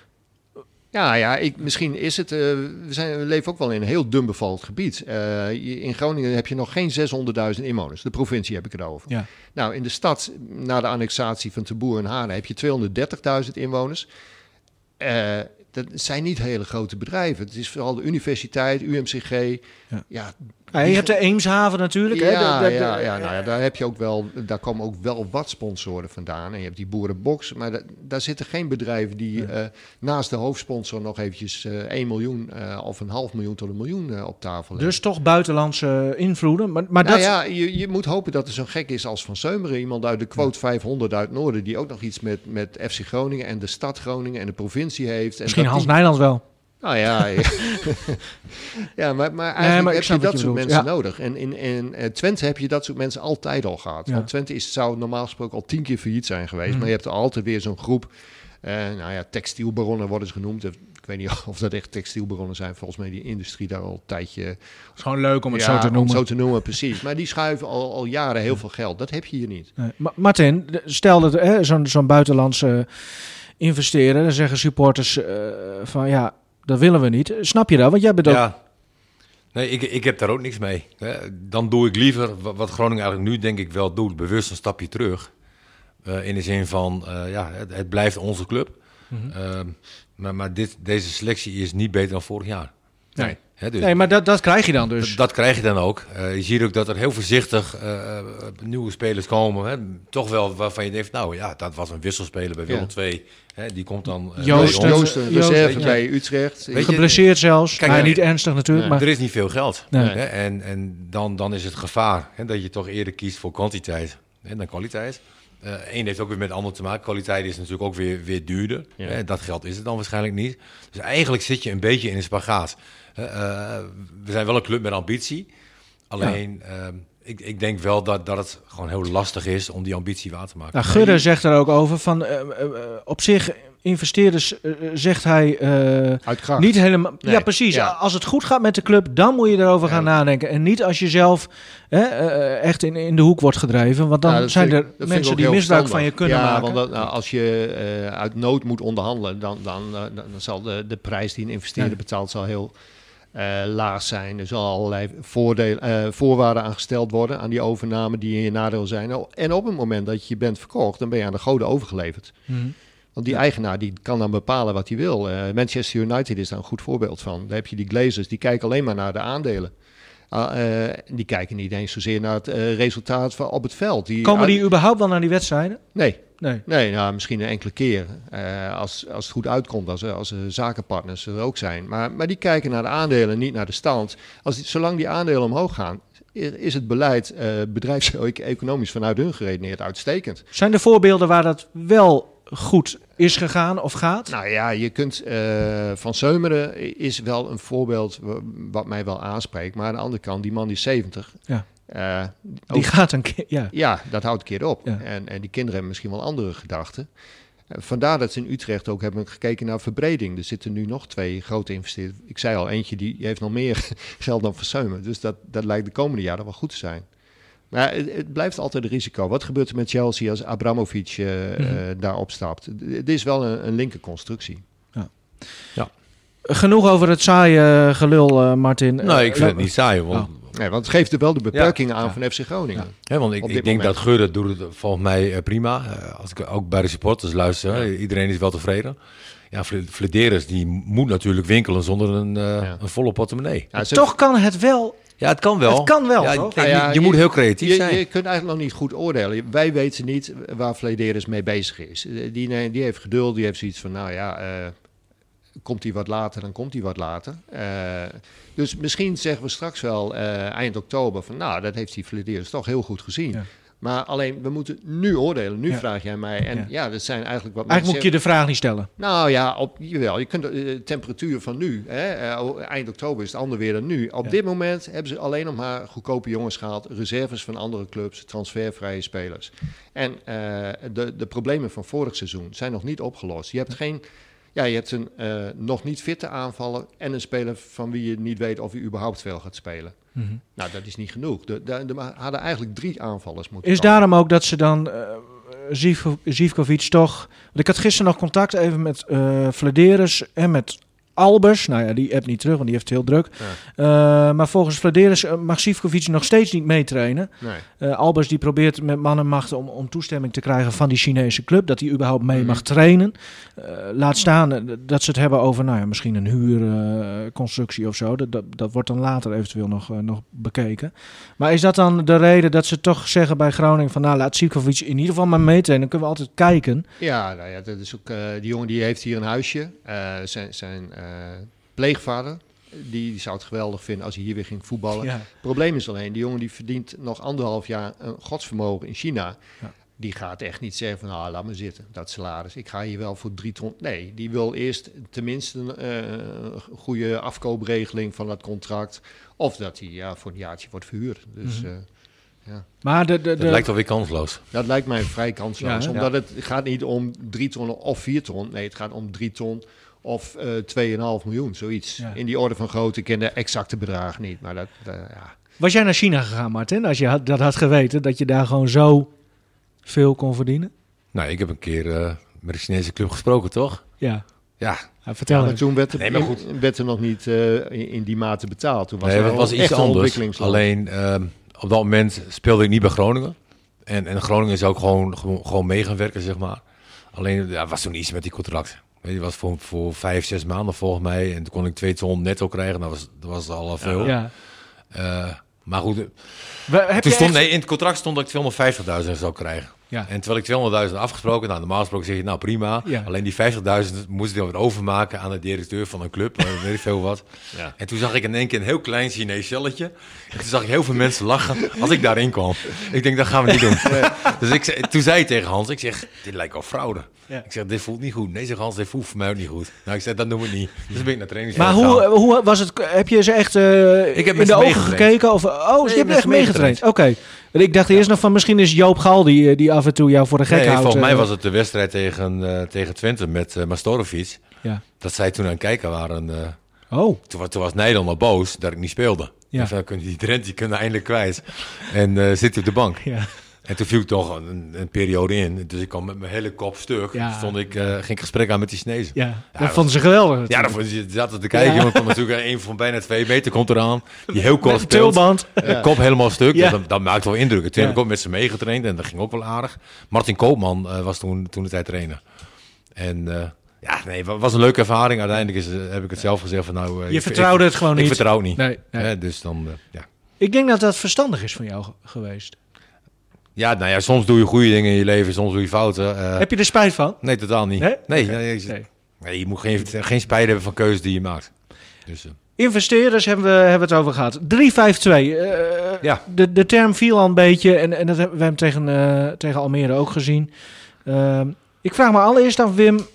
Ja, ja ik, misschien is het... Uh, we, zijn, we leven ook wel in een heel dun bevolkt gebied. Uh, in Groningen heb je nog geen zeshonderdduizend inwoners. De provincie heb ik het over. Ja. Nou, in de stad, na de annexatie van Te Boer en Haren, heb je tweehonderddertigduizend inwoners. Uh, dat zijn niet hele grote bedrijven. Het is vooral de universiteit, U M C G. Ja, ja, ja je hebt de Eemshaven natuurlijk. Ja, hè? De, de, de, ja, ja, nou ja, daar heb je ook wel, daar komen ook wel wat sponsoren vandaan. En je hebt die Boerenbox, maar da, daar zitten geen bedrijven die ja. uh, naast de hoofdsponsor nog eventjes uh, één miljoen uh, of een half miljoen tot een miljoen uh, op tafel leggen. Dus toch buitenlandse invloeden. Maar, maar nou dat... ja, je, je moet hopen dat er zo'n gek is als Van Seumeren, iemand uit de quote ja. vijfhonderd uit Noorden, die ook nog iets met, met F C Groningen en de stad Groningen en de provincie heeft. En Misschien Hans die... Nijlands wel. Nou ja, ja. ja maar, maar eigenlijk nee, maar heb je dat je soort mensen ja. nodig. En in, in uh, Twente heb je dat soort mensen altijd al gehad. Ja. Want Twente is, zou normaal gesproken al tien keer failliet zijn geweest. Mm. Maar je hebt er altijd weer zo'n groep. Uh, nou ja, textielbaronnen worden ze genoemd. Ik weet niet of dat echt textielbaronnen zijn. Volgens mij die industrie daar al een tijdje... Het is gewoon leuk om het ja, zo te noemen. Om zo te noemen, precies. Maar die schuiven al, al jaren heel veel geld. Dat heb je hier niet. Nee. Ma- Martin, stel dat eh, zo'n, zo'n buitenlandse investeren. Dan zeggen supporters uh, van ja... Dat willen we niet. Snap je dat? Want jij bent ook... Ja. Nee, ik, ik heb daar ook niks mee. Dan doe ik liever wat Groningen eigenlijk nu denk ik wel doet. Bewust een stapje terug. Uh, in de zin van, uh, ja, het, het blijft onze club. Mm-hmm. Uh, maar maar dit, deze selectie is niet beter dan vorig jaar. Nee, He, dus nee maar dat, dat krijg je dan dus. Dat, dat krijg je dan ook. Uh, je ziet ook dat er heel voorzichtig uh, nieuwe spelers komen. Hè. Toch wel waarvan je denkt, nou ja, dat was een wisselspeler bij Willem ja. twee. Hè, die komt dan... Uh, Joost, Joost een reserve ja. bij Utrecht. Weet geblesseerd je, zelfs. Kijk, nou, niet ernstig natuurlijk. Nee. Maar... Er is niet veel geld. Nee. Hè. En, en dan, dan is het gevaar hè, dat je toch eerder kiest voor kwantiteit hè, dan kwaliteit. Eén uh, heeft ook weer met ander te maken. Kwaliteit is natuurlijk ook weer, weer duurder. Ja. Hè. Dat geld is het dan waarschijnlijk niet. Dus eigenlijk zit je een beetje in een spagaat. Uh, we zijn wel een club met ambitie. Alleen, ja. uh, ik, ik denk wel dat, dat het gewoon heel lastig is om die ambitie waar te maken. Nou, Gudde zegt er ook over van uh, uh, op zich investeerders uh, zegt hij uh, niet helemaal. Nee. Ja, precies. Ja. Als het goed gaat met de club, dan moet je erover gaan ja. nadenken en niet als je zelf uh, uh, echt in, in de hoek wordt gedreven, want dan ja, zijn er ik, mensen die misbruik van je kunnen ja, maken. Want dat, nou, als je uh, uit nood moet onderhandelen, dan, dan, uh, dan zal de, de prijs die een investeerder ja. betaalt zal heel Uh, laag zijn. Er zal allerlei voordeel, uh, voorwaarden aangesteld worden aan die overname die in je nadeel zijn. En op het moment dat je bent verkocht, dan ben je aan de goden overgeleverd. Mm-hmm. Want die ja. eigenaar die kan dan bepalen wat hij wil. Uh, Manchester United is daar een goed voorbeeld van. Daar heb je die Glazers, die kijken alleen maar naar de aandelen. Uh, uh, die kijken niet eens zozeer naar het uh, resultaat van op het veld. Die Komen die uit... überhaupt wel naar die wedstrijden? Nee. Nee, nee nou, misschien een enkele keer. Uh, als, als het goed uitkomt, als, als er zakenpartners er ook zijn. Maar, maar die kijken naar de aandelen, niet naar de stand. Als die, zolang die aandelen omhoog gaan, is het beleid uh, bedrijfseconomisch vanuit hun geredeneerd uitstekend. Zijn er voorbeelden waar dat wel goed is gegaan of gaat? Nou ja, je kunt uh, Van Seumeren is wel een voorbeeld wat mij wel aanspreekt. Maar aan de andere kant, die man die is zeventig. Ja. Uh, die ook, gaat een keer, ja. Ja, dat houdt een keer op. Ja. En, en die kinderen hebben misschien wel andere gedachten. Uh, vandaar dat ze in Utrecht ook hebben gekeken naar verbreding. Er zitten nu nog twee grote investeerders. Ik zei al, eentje die heeft nog meer geld dan Van Seumeren. Dus dat, dat lijkt de komende jaren wel goed te zijn. Maar het, het blijft altijd een risico. Wat gebeurt er met Chelsea als Abramovic uh, mm-hmm. uh, daar opstapt? Het is wel een, een linker constructie. Ja. Ja. Genoeg over het saaie gelul, uh, Martin. Nee, ik vind uh, het niet saai. Want... Oh. Nee, want het geeft er wel de beperkingen ja, aan ja. van F C Groningen. Ja. Ja, want ik, ik denk moment. dat Gudde doet het volgens mij uh, prima. Uh, als ik ook bij de supporters luister, ja. iedereen is wel tevreden. Ja, Flederis die moet natuurlijk winkelen zonder een, uh, ja. een volle portemonnee. Ja, toch ze... kan het wel. Ja, het kan wel. Het kan wel, ja, toch? Ja, ja, je, je moet heel creatief je, zijn. Je kunt eigenlijk nog niet goed oordelen. Wij weten niet waar Flederis mee bezig is. Die, die heeft geduld, die heeft zoiets van, nou ja... Uh, komt hij wat later, dan komt hij wat later. Uh, dus misschien zeggen we straks wel uh, eind oktober van... nou, dat heeft die Flederis toch heel goed gezien. Ja. Maar alleen, we moeten nu oordelen. Nu Ja. vraag jij mij. En Ja. ja, dat zijn eigenlijk wat... Eigenlijk moet je de vraag niet stellen. Nou ja, op, jawel, je kunt de temperatuur van nu, hè, uh, eind oktober is het ander weer dan nu. Op Ja. dit moment hebben ze alleen nog maar goedkope jongens gehaald, reserves van andere clubs, transfervrije spelers. En uh, de, de problemen van vorig seizoen zijn nog niet opgelost. Je hebt geen, ja, je hebt een uh, nog niet fitte aanvaller en een speler van wie je niet weet of hij überhaupt veel gaat spelen. Mm-hmm. Nou, dat is niet genoeg. De, de, de hadden eigenlijk drie aanvallers moeten Is komen. daarom ook dat ze dan uh, Zivko- Zivkovic toch... Want ik had gisteren nog contact even met uh, Vladeris en met Albers. Nou ja, die app niet terug, want die heeft het heel druk. Ja. Uh, maar volgens Vladeris uh, mag Zivkovic nog steeds niet meetrainen. Nee. Uh, Albers die probeert met man en macht om, om toestemming te krijgen van die Chinese club. Dat hij überhaupt mee Mhm. mag trainen. Uh, laat staan uh, dat ze het hebben over nou ja, misschien een huurconstructie uh, of zo. Dat, dat, dat wordt dan later eventueel nog, uh, nog bekeken. Maar is dat dan de reden dat ze toch zeggen bij Groningen van nou laat Zivkovic in ieder geval maar meetrainen. Dan kunnen we altijd kijken. Ja, nou ja, dat is ook, uh, die jongen die heeft hier een huisje. Uh, zijn zijn uh, pleegvader, die, die zou het geweldig vinden als hij hier weer ging voetballen. Ja. Het probleem is alleen, die jongen die verdient nog anderhalf jaar een godsvermogen in China. Ja. Die gaat echt niet zeggen van, ah, laat me zitten, dat salaris. Ik ga hier wel voor drie ton. Nee, die wil eerst tenminste een uh, goede afkoopregeling van dat contract. Of dat hij ja, voor een jaartje wordt verhuurd. Dus... Mm-hmm. Uh, Ja. Maar de, de, de, Dat lijkt alweer kansloos. Dat lijkt mij vrij kansloos. Ja, omdat het gaat niet om drie ton of vier ton. Nee, het gaat om drie ton of uh, twee komma vijf miljoen, zoiets. Ja. In die orde van grootte. Ik ken de exacte bedragen niet. Maar dat, uh, ja. Was jij naar China gegaan, Martin? Als je had, dat had geweten, dat je daar gewoon zo veel kon verdienen? Nou, ik heb een keer uh, met een Chinese club gesproken, toch? Ja. Ja. Ja, vertel Ja, maar even. toen werd er, Nee, maar goed. werd er nog niet uh, in, in die mate betaald. Toen was Nee, er het wel was echt iets een anders. ontwikkelingsland. Alleen, uh, op dat moment speelde ik niet bij Groningen. En, en Groningen is ook gewoon, gewoon, gewoon mee gaan werken, zeg maar. Alleen, ja, was toen iets met die contract. Weet je, was voor, voor vijf, zes maanden volgens mij. En toen kon ik twee ton netto krijgen. Dat was, dat was al veel. Ja. Uh, maar goed, We, heb toen je stond, echt- nee, in het contract stond dat ik tweehonderdvijftigduizend zou krijgen. Ja. En terwijl ik tweehonderdduizend afgesproken, nou normaal gesproken zeg je, nou prima. Ja. Alleen die vijftigduizend moest ik dan weer overmaken aan de directeur van een club, uh, weet ik veel wat. Ja. En toen zag ik in één keer een heel klein Chinees celletje. En toen zag ik heel veel mensen lachen als ik daarin kwam. Ik denk, dat gaan we niet doen. Dus ik, zei- toen zei ik tegen Hans, ik zeg, dit lijkt wel fraude. Ja. Ik zeg, dit voelt niet goed. Nee, zeg Hans, dit voelt voor mij ook niet goed. Nou, ik zei, dat doen we niet. Dus ben ik naar training Maar gegaan. hoe, hoe was het? Heb je ze echt uh, Ik heb in met de ze ogen meegetraind. gekeken? Of, oh, Nee, je hebt met echt ze meegetraind. Oké. Want ik dacht eerst nog van misschien is Joop Gal die, eh, die af en toe jou voor de gek Nee, houdt. volgens mij eh. was het de wedstrijd tegen, uh, tegen Twente met uh, Mastorovic. Ja. Dat zij toen aan het kijken waren. Uh, Oh, toen, wa- toen was Nederland al boos dat ik niet speelde. Ja. Dus dan kun je die Drenthe die kunnen eindelijk kwijt. En uh, zit hij op de bank. ja. En toen viel ik toch een, een periode in. Dus ik kwam met mijn hele kop stuk. Ja. Toen stond ik, uh, ging ik gesprek aan met die Chinezen. Ja, dat dat vonden ze geweldig. Ja, natuurlijk. dan vond je zaten te kijken. Ja. Want dan natuurlijk een van bijna twee meter komt eraan. Die heel kort Met een speelt. tulband. De kop helemaal stuk. Ja. Dus dat, dat maakt wel indruk. Toen Ja. heb ik ook met ze meegetraind. En dat ging ook wel aardig. Martin Koopman uh, was toen, toen de tijd trainer. En uh, ja, nee, het was een leuke ervaring. Uiteindelijk is, uh, heb ik het zelf gezegd van nou... Uh, Je ik- vertrouwde ik, het gewoon ik niet. vertrouw het niet. Nee, nee. Hè, dus dan, uh, ja. Ik denk dat dat verstandig is van jou ge- geweest. Ja, nou ja, soms doe je goede dingen in je leven. Soms doe je fouten. Uh, Heb je er spijt van? Nee, totaal niet. Nee? Nee, Oké. nee, je, Nee. nee, je moet geen, geen spijt hebben van keuzes die je maakt. Dus, uh, Investeerders hebben we, hebben we het over gehad. drie vijf twee. eh, Ja. de, de term viel al een beetje. En, en dat hebben we hem tegen, eh, tegen Almere ook gezien. Ehm, ik vraag me allereerst af, Wim.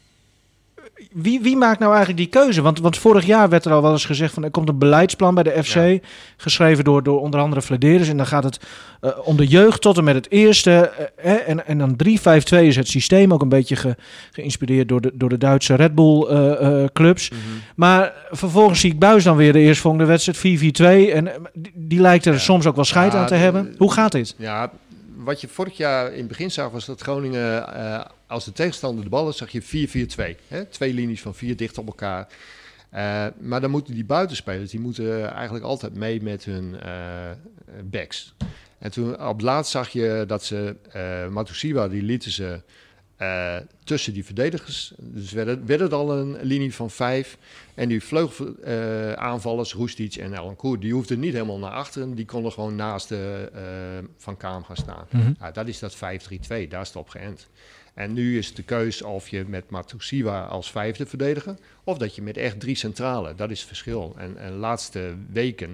Wie, wie maakt nou eigenlijk die keuze? Want, want vorig jaar werd er al wel eens gezegd van er komt een beleidsplan bij de F C. Ja. Geschreven door, door onder andere Vladeris. En dan gaat het uh, om de jeugd tot en met het eerste. Uh, eh, en, en dan drie vijf twee is het systeem. Ook een beetje ge, geïnspireerd door de, door de Duitse Red Bull uh, uh, clubs. Mm-hmm. Maar vervolgens zie ik Buis dan weer de eerstvolgende wedstrijd vier vier twee. En uh, die, die lijkt er Ja. soms ook wel scheid Ja, aan te hebben. Hoe gaat dit? Ja, wat je vorig jaar in het begin zag was dat Groningen, uh, als de tegenstander de bal is, zag je vier vier twee. Hè? Twee linies van vier dicht op elkaar. Uh, maar dan moeten die buitenspelers, die moeten eigenlijk altijd mee met hun uh, backs. En toen op het laatst zag je dat ze, uh, Matusiwa, die lieten ze uh, tussen die verdedigers. Dus werd het, werd het al een linie van vijf. En die vleugelaanvallers, uh, Roestic en Elancourt, die hoefden niet helemaal naar achteren. Die konden gewoon naast de, uh, Van Kaam gaan staan. Mm-hmm. Nou, dat is dat vijf drie twee, daar is het op geënt. En nu is de keus of je met Matusiwa als vijfde verdediger, of dat je met echt drie centrale, dat is het verschil. En de laatste weken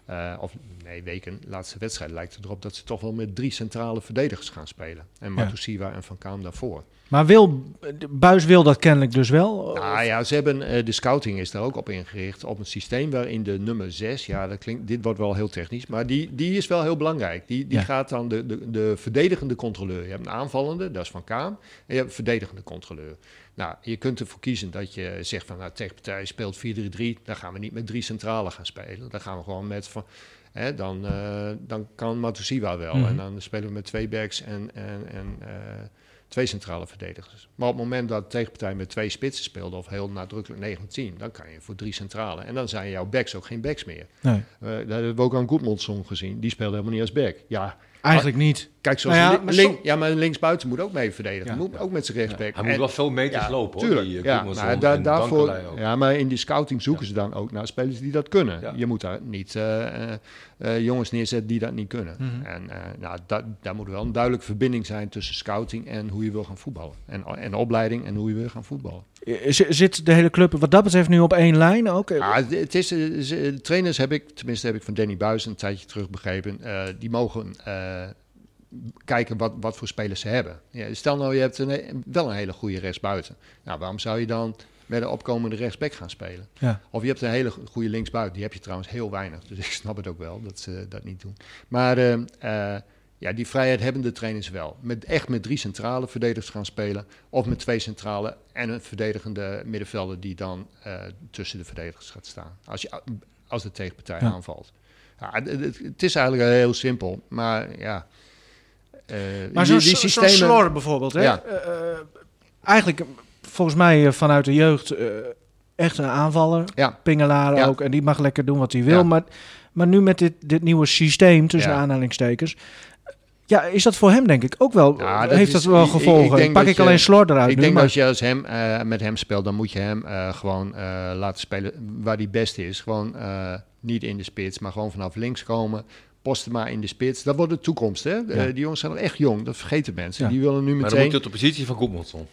Uh, of nee, weken, laatste wedstrijd lijkt het erop dat ze toch wel met drie centrale verdedigers gaan spelen. En Matusiwa ja. en Van Kaam daarvoor. Maar wil, Buijs wil dat kennelijk dus wel? Nou ja, ze hebben, uh, de scouting is daar ook op ingericht. Op een systeem waarin de nummer zes, ja, dat klinkt, dit wordt wel heel technisch, maar die, die is wel heel belangrijk. Die, die ja. gaat dan de, de, de verdedigende controleur. Je hebt een aanvallende, dat is Van Kaam. En je hebt een verdedigende controleur. Nou, je kunt ervoor kiezen dat je zegt van, nou, tegenpartij speelt vier drie drie, dan gaan we niet met drie centralen gaan spelen. Dan gaan we gewoon met van, hè, dan, uh, dan kan Matusiwa wel. Mm-hmm. En dan spelen we met twee backs en, en, en uh, twee centrale verdedigers. Maar op het moment dat de tegenpartij met twee spitsen speelde, of heel nadrukkelijk negen tien, dan kan je voor drie centrale. En dan zijn jouw backs ook geen backs meer. Nee. Uh, dat hebben we ook aan Goedmundsson gezien. Die speelde helemaal niet als back. Ja, eigenlijk maar, niet. Kijk, zoals nou ja, li- maar link, ja, maar linksbuiten moet ook mee verdedigen. Ja. Moet ook met zijn rechtsback. Ja. Hij en, moet wel veel meters ja, lopen, hoor. Tuurlijk, die, ja, maar da- daarvoor, ja, maar in die scouting zoeken ja. ze dan ook naar spelers die dat kunnen. Ja. Je moet daar niet uh, uh, uh, jongens neerzetten die dat niet kunnen. Mm-hmm. En uh, nou, da- daar moet wel een duidelijke verbinding zijn tussen scouting en hoe je wil gaan voetballen. En, en opleiding en hoe je wil gaan voetballen. Zit de hele club wat dat betreft nu op één lijn ook? Ja, het is, de trainers heb ik, tenminste heb ik van Danny Buijs een tijdje terug begrepen, uh, die mogen uh, kijken wat, wat voor spelers ze hebben. Ja, stel nou, je hebt een, wel een hele goede rechtsbuiten. Nou, waarom zou je dan met een opkomende rechtsback gaan spelen? Ja. Of je hebt een hele goede linksbuiten. Die heb je trouwens heel weinig. Dus ik snap het ook wel dat ze dat niet doen. Maar uh, uh, ja, die vrijheid hebben de trainers wel. Met, echt met drie centrale verdedigers gaan spelen. Of met twee centrale en een verdedigende middenvelder die dan uh, tussen de verdedigers gaat staan. Als, je, als de tegenpartij ja. aanvalt. Ja, het, het, het is eigenlijk heel simpel. Maar ja... Uh, maar zo'n zo, systemen... zo Slor bijvoorbeeld, hè? Ja. Uh, eigenlijk volgens mij uh, vanuit de jeugd uh, echt een aanvaller. Ja. Pingelaren ja. ook. En die mag lekker doen wat hij wil. Ja. Maar, maar nu met dit, dit nieuwe systeem, tussen ja. aanhalingstekens... Ja, is dat voor hem denk ik ook wel... Ja, dat heeft is, dat wel gevolgen? Ik, ik Pak ik je, alleen Slor eruit Ik nu, denk maar... dat als je als hem, uh, met hem speelt, dan moet je hem uh, gewoon uh, laten spelen waar hij best is. Gewoon uh, niet in de spits, maar gewoon vanaf links komen... Postema in de spits. Dat wordt de toekomst, hè? Ja. Uh, die jongens zijn nog echt jong, dat vergeten mensen. Ja. Die willen nu meteen... Maar dan moet je op de positie van Goedmundsson.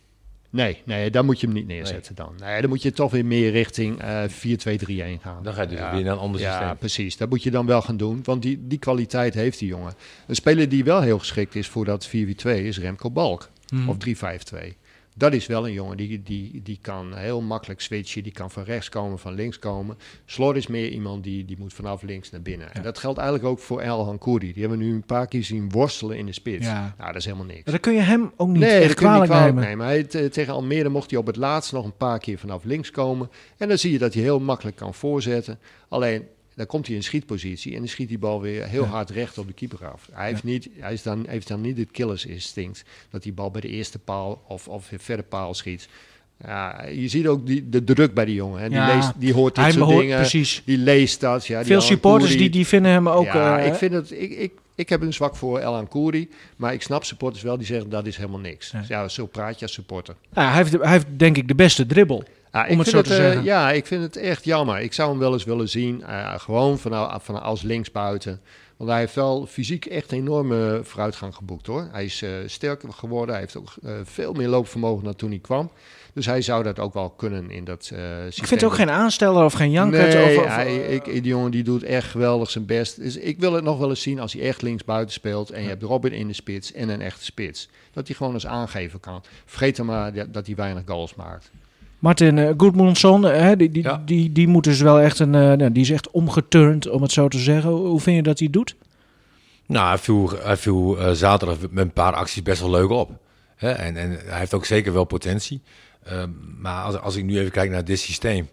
Nee, nee, daar moet je hem niet neerzetten nee. dan. Nee, dan moet je toch weer meer richting uh, vier twee drie een gaan. Dan ga je dus ja. weer naar een ander ja, systeem. Ja, precies. Dat moet je dan wel gaan doen, want die, die kwaliteit heeft die jongen. Een speler die wel heel geschikt is voor dat vier vier twee is Remco Balk. Hmm. Of drie vijf twee. Dat is wel een jongen die, die, die kan heel makkelijk switchen. Die kan van rechts komen, van links komen. Slor is meer iemand die, die moet vanaf links naar binnen. Ja. En dat geldt eigenlijk ook voor El Hankouri. Die hebben we nu een paar keer zien worstelen in de spits. Ja. Nou, dat is helemaal niks. Maar dan kun je hem ook niet nee, echt kwalijk nemen. Nee, maar hij, t- tegen Almere mocht hij op het laatst nog een paar keer vanaf links komen. En dan zie je dat hij heel makkelijk kan voorzetten. Alleen... Dan komt hij in schietpositie en dan schiet die bal weer heel ja. hard recht op de keeper af. Hij, heeft, ja. niet, hij is dan, heeft dan niet het killersinstinct dat die bal bij de eerste paal of, of verre paal schiet. Ja, je ziet ook die, de druk bij die jongen. Hè. Die, ja. leest, die hoort dit hij soort behoort, dingen. Precies. Die leest dat. Ja, die Veel supporters die, die vinden hem ook... Ja, uh, ik, vind het, ik, ik, ik heb een zwak voor El Hankouri. Maar ik snap supporters wel die zeggen dat is helemaal niks. Ja, ja zo praat je als supporter. Ja, hij, heeft, hij heeft denk ik de beste dribbel. Ja, om het zo het, te zeggen. Uh, ja, ik vind het echt jammer. Ik zou hem wel eens willen zien, uh, gewoon van, van als linksbuiten. Want hij heeft wel fysiek echt een enorme vooruitgang geboekt, hoor. Hij is uh, sterker geworden, hij heeft ook uh, veel meer loopvermogen dan toen hij kwam. Dus hij zou dat ook wel kunnen in dat uh, systeem. Ik vind het ook geen aansteller of geen jankert. Nee, of, of, hij, ik, die jongen die doet echt geweldig zijn best. Dus ik wil het nog wel eens zien als hij echt linksbuiten speelt. En je hebt Robin in de spits en een echte spits. Dat hij gewoon eens aangeven kan. Vergeet dan maar dat hij weinig goals maakt. Martin uh, Goedmundsson, uh, die, die, ja. die, die moet dus wel echt een, uh, nou, die is echt omgeturnd, om het zo te zeggen. Hoe vind je dat hij doet? Nou, hij viel, hij viel uh, zaterdag met een paar acties best wel leuk op. Hè? En, en hij heeft ook zeker wel potentie. Uh, maar als, als ik nu even kijk naar dit systeem,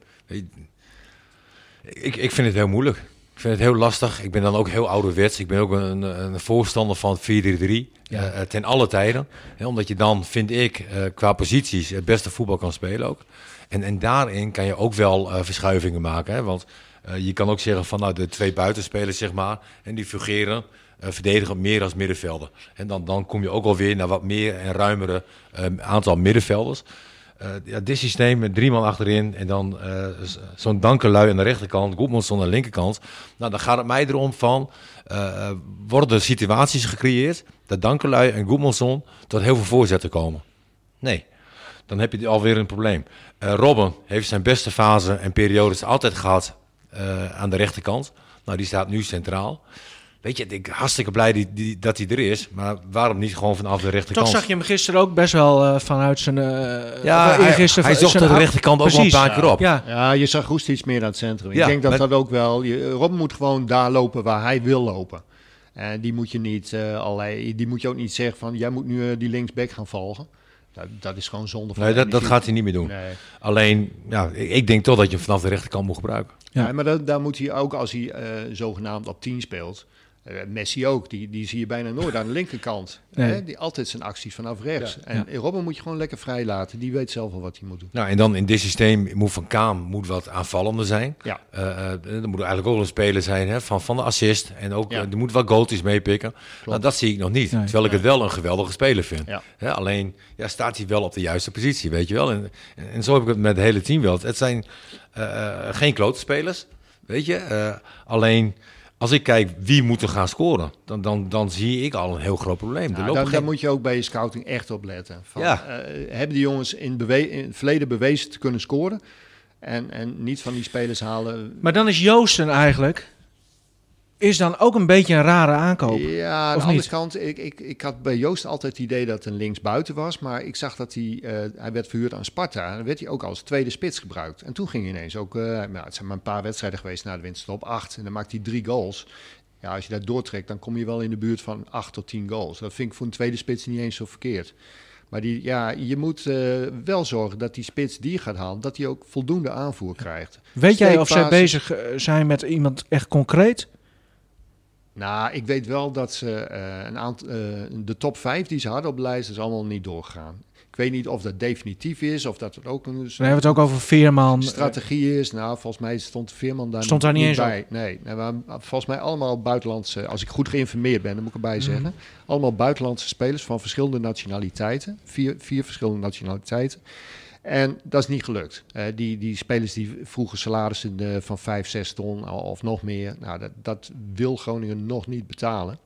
ik, ik vind het heel moeilijk. Ik vind het heel lastig. Ik ben dan ook heel ouderwets. Ik ben ook een, een voorstander van vier drie drie. Ja. Uh, ten alle tijden. He, omdat je dan, vind ik, uh, qua posities het beste voetbal kan spelen ook. En, en daarin kan je ook wel uh, verschuivingen maken. Hè? Want uh, je kan ook zeggen van nou, de twee buitenspelers, zeg maar, en die fungeren, uh, verdedigen meer als middenvelder. En dan, dan kom je ook alweer naar wat meer en ruimere uh, aantal middenvelders. Uh, ja, dit systeem met drie man achterin en dan uh, zo'n Dankelui aan de rechterkant, Goedmundsson aan de linkerkant. Nou, dan gaat het mij erom van, uh, worden er situaties gecreëerd dat Dankelui en Goedmundsson tot heel veel voorzetten komen? Nee, dan heb je alweer een probleem. Uh, Robben heeft zijn beste fase en periodes altijd gehad uh, aan de rechterkant. Nou, die staat nu centraal. Weet je, ik ben hartstikke blij die, die, dat hij er is. Maar waarom niet gewoon vanaf de rechterkant? Toch zag je hem gisteren ook best wel uh, vanuit zijn... Uh, ja, hij, hij zocht de rechterkant ook wel een paar keer op. Ja, ja je zag Roest iets meer aan het centrum. Ja, ik denk dat met... dat ook wel... Je, Robben moet gewoon daar lopen waar hij wil lopen. En die moet je niet uh, allerlei, die moet je ook niet zeggen van... jij moet nu uh, die linksback gaan volgen. Dat, dat is gewoon zonde van... Nee, dat, dat gaat hij niet meer doen. Nee. Alleen, ja, ik, ik denk toch dat je hem vanaf de rechterkant moet gebruiken. Ja, ja maar dat, daar moet hij ook, als hij uh, zogenaamd op tien speelt... Uh, Messi ook, die, die zie je bijna nooit aan de linkerkant. Nee. Hè? Die altijd zijn acties vanaf rechts. Ja, en ja. Robben moet je gewoon lekker vrij laten. Die weet zelf wel wat hij moet doen. Nou, en dan in dit systeem moet Van Kaam moet wat aanvallender zijn. Ja. Uh, uh, er moet eigenlijk ook een speler zijn hè, van, van de assist. En ook ja. uh, er moet wat goaltjes meepikken. Nou, dat zie ik nog niet. Nee. Terwijl ik het wel een geweldige speler vind. Ja. Hè, alleen ja, staat hij wel op de juiste positie, weet je wel. En, en, en zo heb ik het met het hele team wel. Het zijn uh, uh, geen klote spelers, weet je. Uh, alleen... Als ik kijk wie moet er gaan scoren, dan, dan, dan zie ik al een heel groot probleem. Nou, daar, geen... daar moet je ook bij je scouting echt op letten. Van, ja. uh, hebben die jongens in, bewe- in het verleden bewezen te kunnen scoren en, en niet van die spelers halen... Maar dan is Joosten eigenlijk... Is dan ook een beetje een rare aankoop? Ja, aan de andere kant, ik, ik, ik had bij Joost altijd het idee dat het een linksbuiten was. Maar ik zag dat hij, uh, hij werd verhuurd aan Sparta. En dan werd hij ook als tweede spits gebruikt. En toen ging hij ineens ook, uh, nou, het zijn maar een paar wedstrijden geweest na de winterstop, acht. En dan maakt hij drie goals. Ja, als je dat doortrekt, dan kom je wel in de buurt van acht tot tien goals. Dat vind ik voor een tweede spits niet eens zo verkeerd. Maar die, ja, je moet uh, wel zorgen dat die spits die je gaat halen, dat hij ook voldoende aanvoer krijgt. Weet jij of zij bezig zijn met iemand echt concreet? Nou, ik weet wel dat ze uh, een aantal, uh, de top vijf die ze hadden op de lijst is allemaal niet doorgegaan. Ik weet niet of dat definitief is, of dat het ook een... We hebben het ook over Veerman. Strategie is. Nou, volgens mij stond Veerman daar, stond daar niet, niet eens bij. Op. Nee, nee, maar volgens mij allemaal buitenlandse... Als ik goed geïnformeerd ben, dan moet ik erbij zeggen. Mm. Allemaal buitenlandse spelers van verschillende nationaliteiten. Vier, vier verschillende nationaliteiten. En dat is niet gelukt. Uh, die, die spelers die vroegen salarissen uh, van vijf, zes ton of nog meer. Nou, dat, dat wil Groningen nog niet betalen.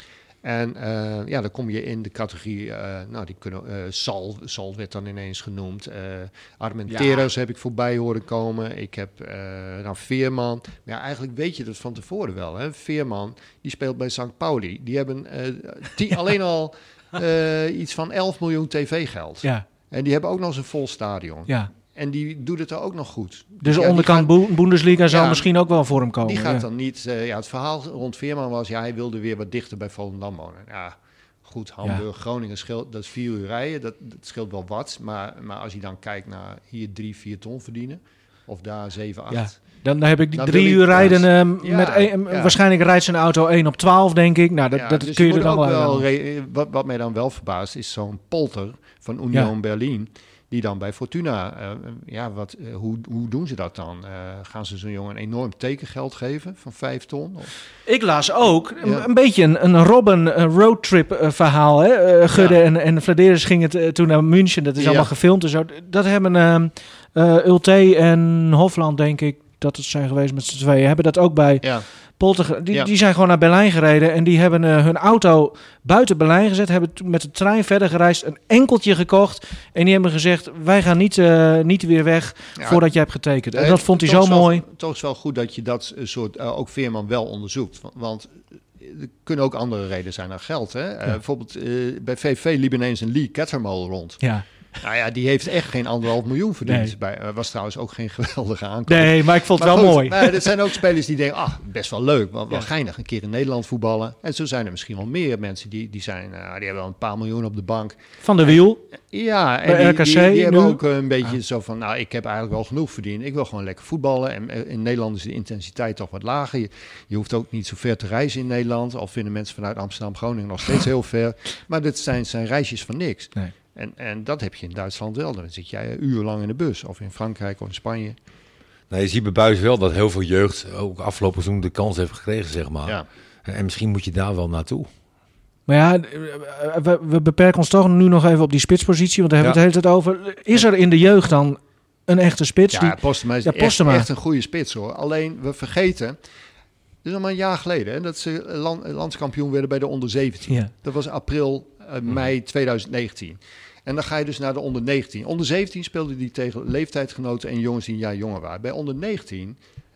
En uh, ja, dan kom je in de categorie, uh, nou, die kunnen, uh, Sal, Sal werd dan ineens genoemd. Uh, Armenteros ja. heb ik voorbij horen komen. Ik heb uh, nou, Veerman. Maar ja, eigenlijk weet je dat van tevoren wel. Hè? Veerman, die speelt bij Sankt Pauli. Die hebben uh, die, alleen al uh, iets van elf miljoen tv-geld. Ja. En die hebben ook nog eens een vol stadion. Ja. En die doet het er ook nog goed. Dus de ja, onderkant gaat, Bundesliga zou ja, misschien ook wel voor hem komen. Die gaat ja. dan niet... Uh, ja, het verhaal rond Veerman was... Ja, hij wilde weer wat dichter bij Volendam wonen. Ja, goed, Hamburg, ja. Groningen scheelt... Dat is vier uur rijden. Dat, dat scheelt wel wat. Maar, maar als je dan kijkt naar hier drie, vier ton verdienen... Of daar zeven, acht... Ja. Dan, dan heb ik die dan drie uur rijden uh, ja, met een, ja. Waarschijnlijk rijdt zijn auto één op twaalf, denk ik. Nou, dat, ja, dat dus kun je er dan wel, wel re- wat, wat mij dan wel verbaast... is zo'n Polter van Union ja. Berlin... die dan bij Fortuna... Uh, ja, wat, uh, hoe, hoe doen ze dat dan? Uh, gaan ze zo'n jongen een enorm tekengeld geven van vijf ton? Of? Ik las ook ja. een, een beetje een, een Robben een roadtrip uh, verhaal. Hè? Uh, Gudde ja. en, en Vladeris gingen t, uh, toen naar München. Dat is ja. allemaal gefilmd en zo. Dat hebben uh, uh, Ulte en Hofland, denk ik... dat het zijn geweest met z'n tweeën, hebben dat ook bij ja. Polter. Die, ja. die zijn gewoon naar Berlijn gereden en die hebben uh, hun auto buiten Berlijn gezet, hebben met de trein verder gereisd, een enkeltje gekocht en die hebben gezegd, wij gaan niet, uh, niet weer weg ja. voordat jij hebt getekend. En uh, dat vond hij zo wel, mooi. Toch is wel goed dat je dat soort, uh, ook Veerman wel onderzoekt, want er kunnen ook andere redenen zijn dan geld. Hè? Ja. Uh, bijvoorbeeld uh, bij V V liep ineens een Lee Kettermole rond. Ja. Nou ja, die heeft echt geen anderhalf miljoen verdiend. Nee. Bij, uh, was trouwens ook geen geweldige aankoop. Nee, maar ik vond het maar wel goed, mooi. Nou, er zijn ook spelers die denken, ah, best wel leuk. Wel, wel ja. geinig, een keer in Nederland voetballen. En zo zijn er misschien wel meer mensen die, die zijn, uh, die hebben wel een paar miljoen op de bank. Van de Wiel. En, ja, en bij die, R K C die, die, die hebben nu. ook een beetje ah. zo van, nou, ik heb eigenlijk wel genoeg verdiend. Ik wil gewoon lekker voetballen. En uh, in Nederland is de intensiteit toch wat lager. Je, je hoeft ook niet zo ver te reizen in Nederland. Al vinden mensen vanuit Amsterdam, Groningen nog steeds heel ver. Maar dit zijn, zijn reisjes van niks. Nee. En, en dat heb je in Duitsland wel. Dan zit jij urenlang in de bus. Of in Frankrijk of in Spanje. Nou, je ziet bij Buis wel dat heel veel jeugd ook afgelopen seizoen de kans heeft gekregen, zeg maar. Ja. En misschien moet je daar wel naartoe. Maar ja, we, we beperken ons toch nu nog even op die spitspositie. Want daar hebben we ja. het hele tijd over. Is er in de jeugd dan een echte spits? Ja, die... Postema is ja, Postema. Echt, echt een goede spits hoor. Alleen we vergeten... Dat is nog maar een jaar geleden hè, dat ze land, landskampioen werden bij de onder zeventien. Ja. Dat was april, uh, mei twintig negentien. En dan ga je dus naar de onder negentien. Onder zeventien speelden die tegen leeftijdsgenoten en jongens die een jaar jonger waren. Bij onder negentien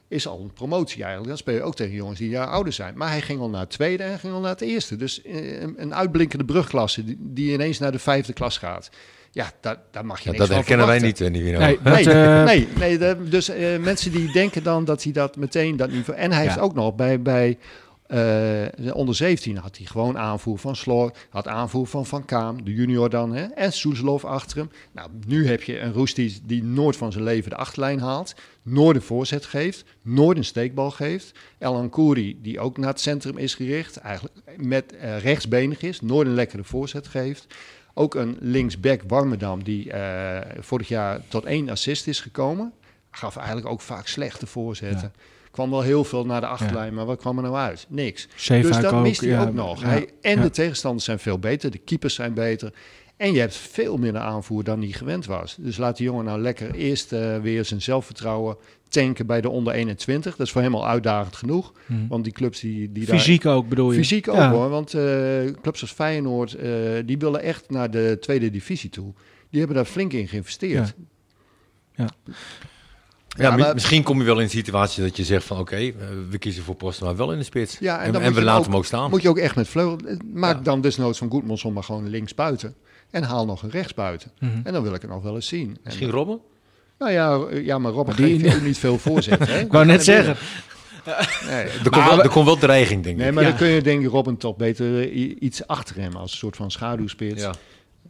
is al een promotie eigenlijk. Dan speel je ook tegen jongens die een jaar ouder zijn. Maar hij ging al naar het tweede en ging al naar het eerste. Dus een, een uitblinkende brugklasse die, die ineens naar de vijfde klas gaat. Ja, daar, daar mag je Ja, niks dat van herkennen wij verwachten. niet, Nivino. Nee, Nee, dat, eh, nee, nee de, dus uh, mensen die denken dan dat hij dat meteen dat niveau... En hij Ja. heeft ook nog bij, bij uh, de onder zeventien had hij gewoon aanvoer van Sloor, had aanvoer van Van Kaam, de junior dan, hè, en Soeslof achter hem. Nou, nu heb je een Roestic die nooit van zijn leven de achterlijn haalt, nooit een voorzet geeft, nooit een steekbal geeft. El Ankouri, die ook naar het centrum is gericht, eigenlijk met uh, rechtsbenig is, nooit een lekkere voorzet geeft. Ook een linksback Warmerdam die uh, vorig jaar tot één assist is gekomen. Gaf eigenlijk ook vaak slechte voorzetten. Ja. Kwam wel heel veel naar de achterlijn, Ja. maar wat kwam er nou uit? Niks. Zeefuik Dus dat ook, mist hij ja. ook nog. Ja. Hij, en Ja. de tegenstanders zijn veel beter, de keepers zijn beter. En je hebt veel minder aanvoer dan hij gewend was. Dus laat die jongen nou lekker eerst uh, weer zijn zelfvertrouwen tanken bij de onder eenentwintig. Dat is voor hem al uitdagend genoeg. Mhm. Want die clubs die, die Fysiek ook bedoel daar... je? Fysiek ook Ja. hoor. Want uh, clubs als Feyenoord, uh, die willen echt naar de tweede divisie toe. Die hebben daar flink in geïnvesteerd. Ja. Ja, Ja, mi- maar- misschien kom je wel in een situatie dat je zegt van oké, okay, we kiezen voor Postema wel in de spits. Ja, en en dan en moet we je laten ook- hem ook staan. Moet je ook echt met vleugel... Maak Ja. dan desnoods van Goedmanson maar gewoon links buiten. En haal nog een rechts buiten. Mhm. En dan wil ik het nog wel eens zien. Misschien En, Robben? nou ja, ja, maar Robben Maar die- geeft ook niet veel voorzet. Hè? Ik wou net zeggen. Nee, Er komt wel, er komt wel dreiging, denk ik. nee maar Ja. dan kun je denk ik Robben toch beter eh, i- iets achter hem als een soort van schaduwspits. Ja.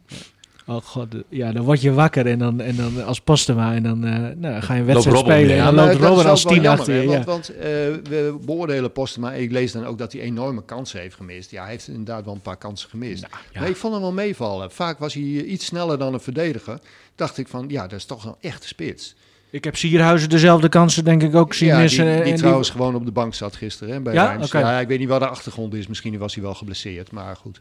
Oh god, ja, dan word je wakker en dan, en dan als Postema en dan uh, nou, ga je een wedstrijd Robben spelen mee, en ja. dan maar loopt dat Robben is als ook wel tien jammer, achter je. hè, Ja. Want, want uh, we beoordelen Postema. Ik lees dan ook dat hij enorme kansen heeft gemist. Ja, hij heeft inderdaad wel een paar kansen gemist. ja. Maar ik vond hem wel meevallen. Vaak was hij iets sneller dan een verdediger. Dacht ik van, ja, dat is toch een echte spits. Ik heb Sierhuizen dezelfde kansen denk ik ook zien ja, missen. die, en die die- trouwens gewoon op de bank zat gisteren hè, bij Ja? Rijms. Oké. Ja, ik weet niet wat de achtergrond is. Misschien was hij wel geblesseerd, maar goed.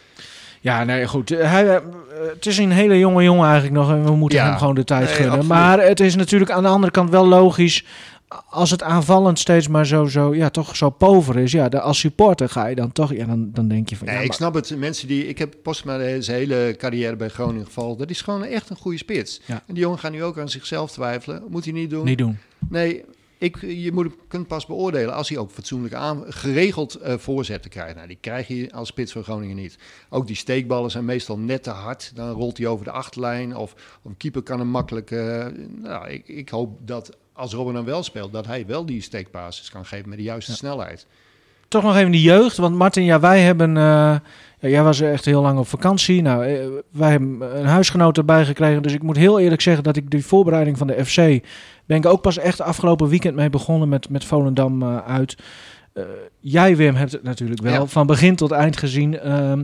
Ja, nee, goed. Hij, eh, het is een hele jonge jongen eigenlijk nog en we moeten Ja. hem gewoon de tijd Nee, gunnen. absoluut. Maar het is natuurlijk aan de andere kant wel logisch als het aanvallend steeds maar zo, zo, ja, toch zo pover is. Ja, de, als supporter ga je dan toch, ja, dan, dan denk je van... Nee, ja, ik maar- snap het. Mensen die, ik heb Postma zijn hele carrière bij Groningen gevolgd. Dat is gewoon echt een goede spits. Ja. En die jongen gaat nu ook aan zichzelf twijfelen. Moet hij niet doen? Niet doen. Nee, ik, je moet, kunt pas beoordelen als hij ook fatsoenlijk aan, geregeld uh, voorzetten krijgt. Nou, die krijg je als spits van Groningen niet. Ook die steekballen zijn meestal net te hard. Dan rolt hij over de achterlijn of, of een keeper kan hem makkelijk... Uh, nou, ik, ik hoop dat als Robben dan wel speelt, dat hij wel die steekbasis kan geven met de juiste Ja. snelheid. Toch nog even die jeugd, want Martin, ja, wij hebben... eh, ja, jij was echt heel lang op vakantie. Nou, eh, wij hebben een huisgenoot erbij gekregen. Dus ik moet heel eerlijk zeggen dat ik die voorbereiding van de F C... ben ik ook pas echt afgelopen weekend mee begonnen met, met Volendam uh, uit. Uh, jij, Wim, hebt het natuurlijk wel Ja. van begin tot eind gezien. Um,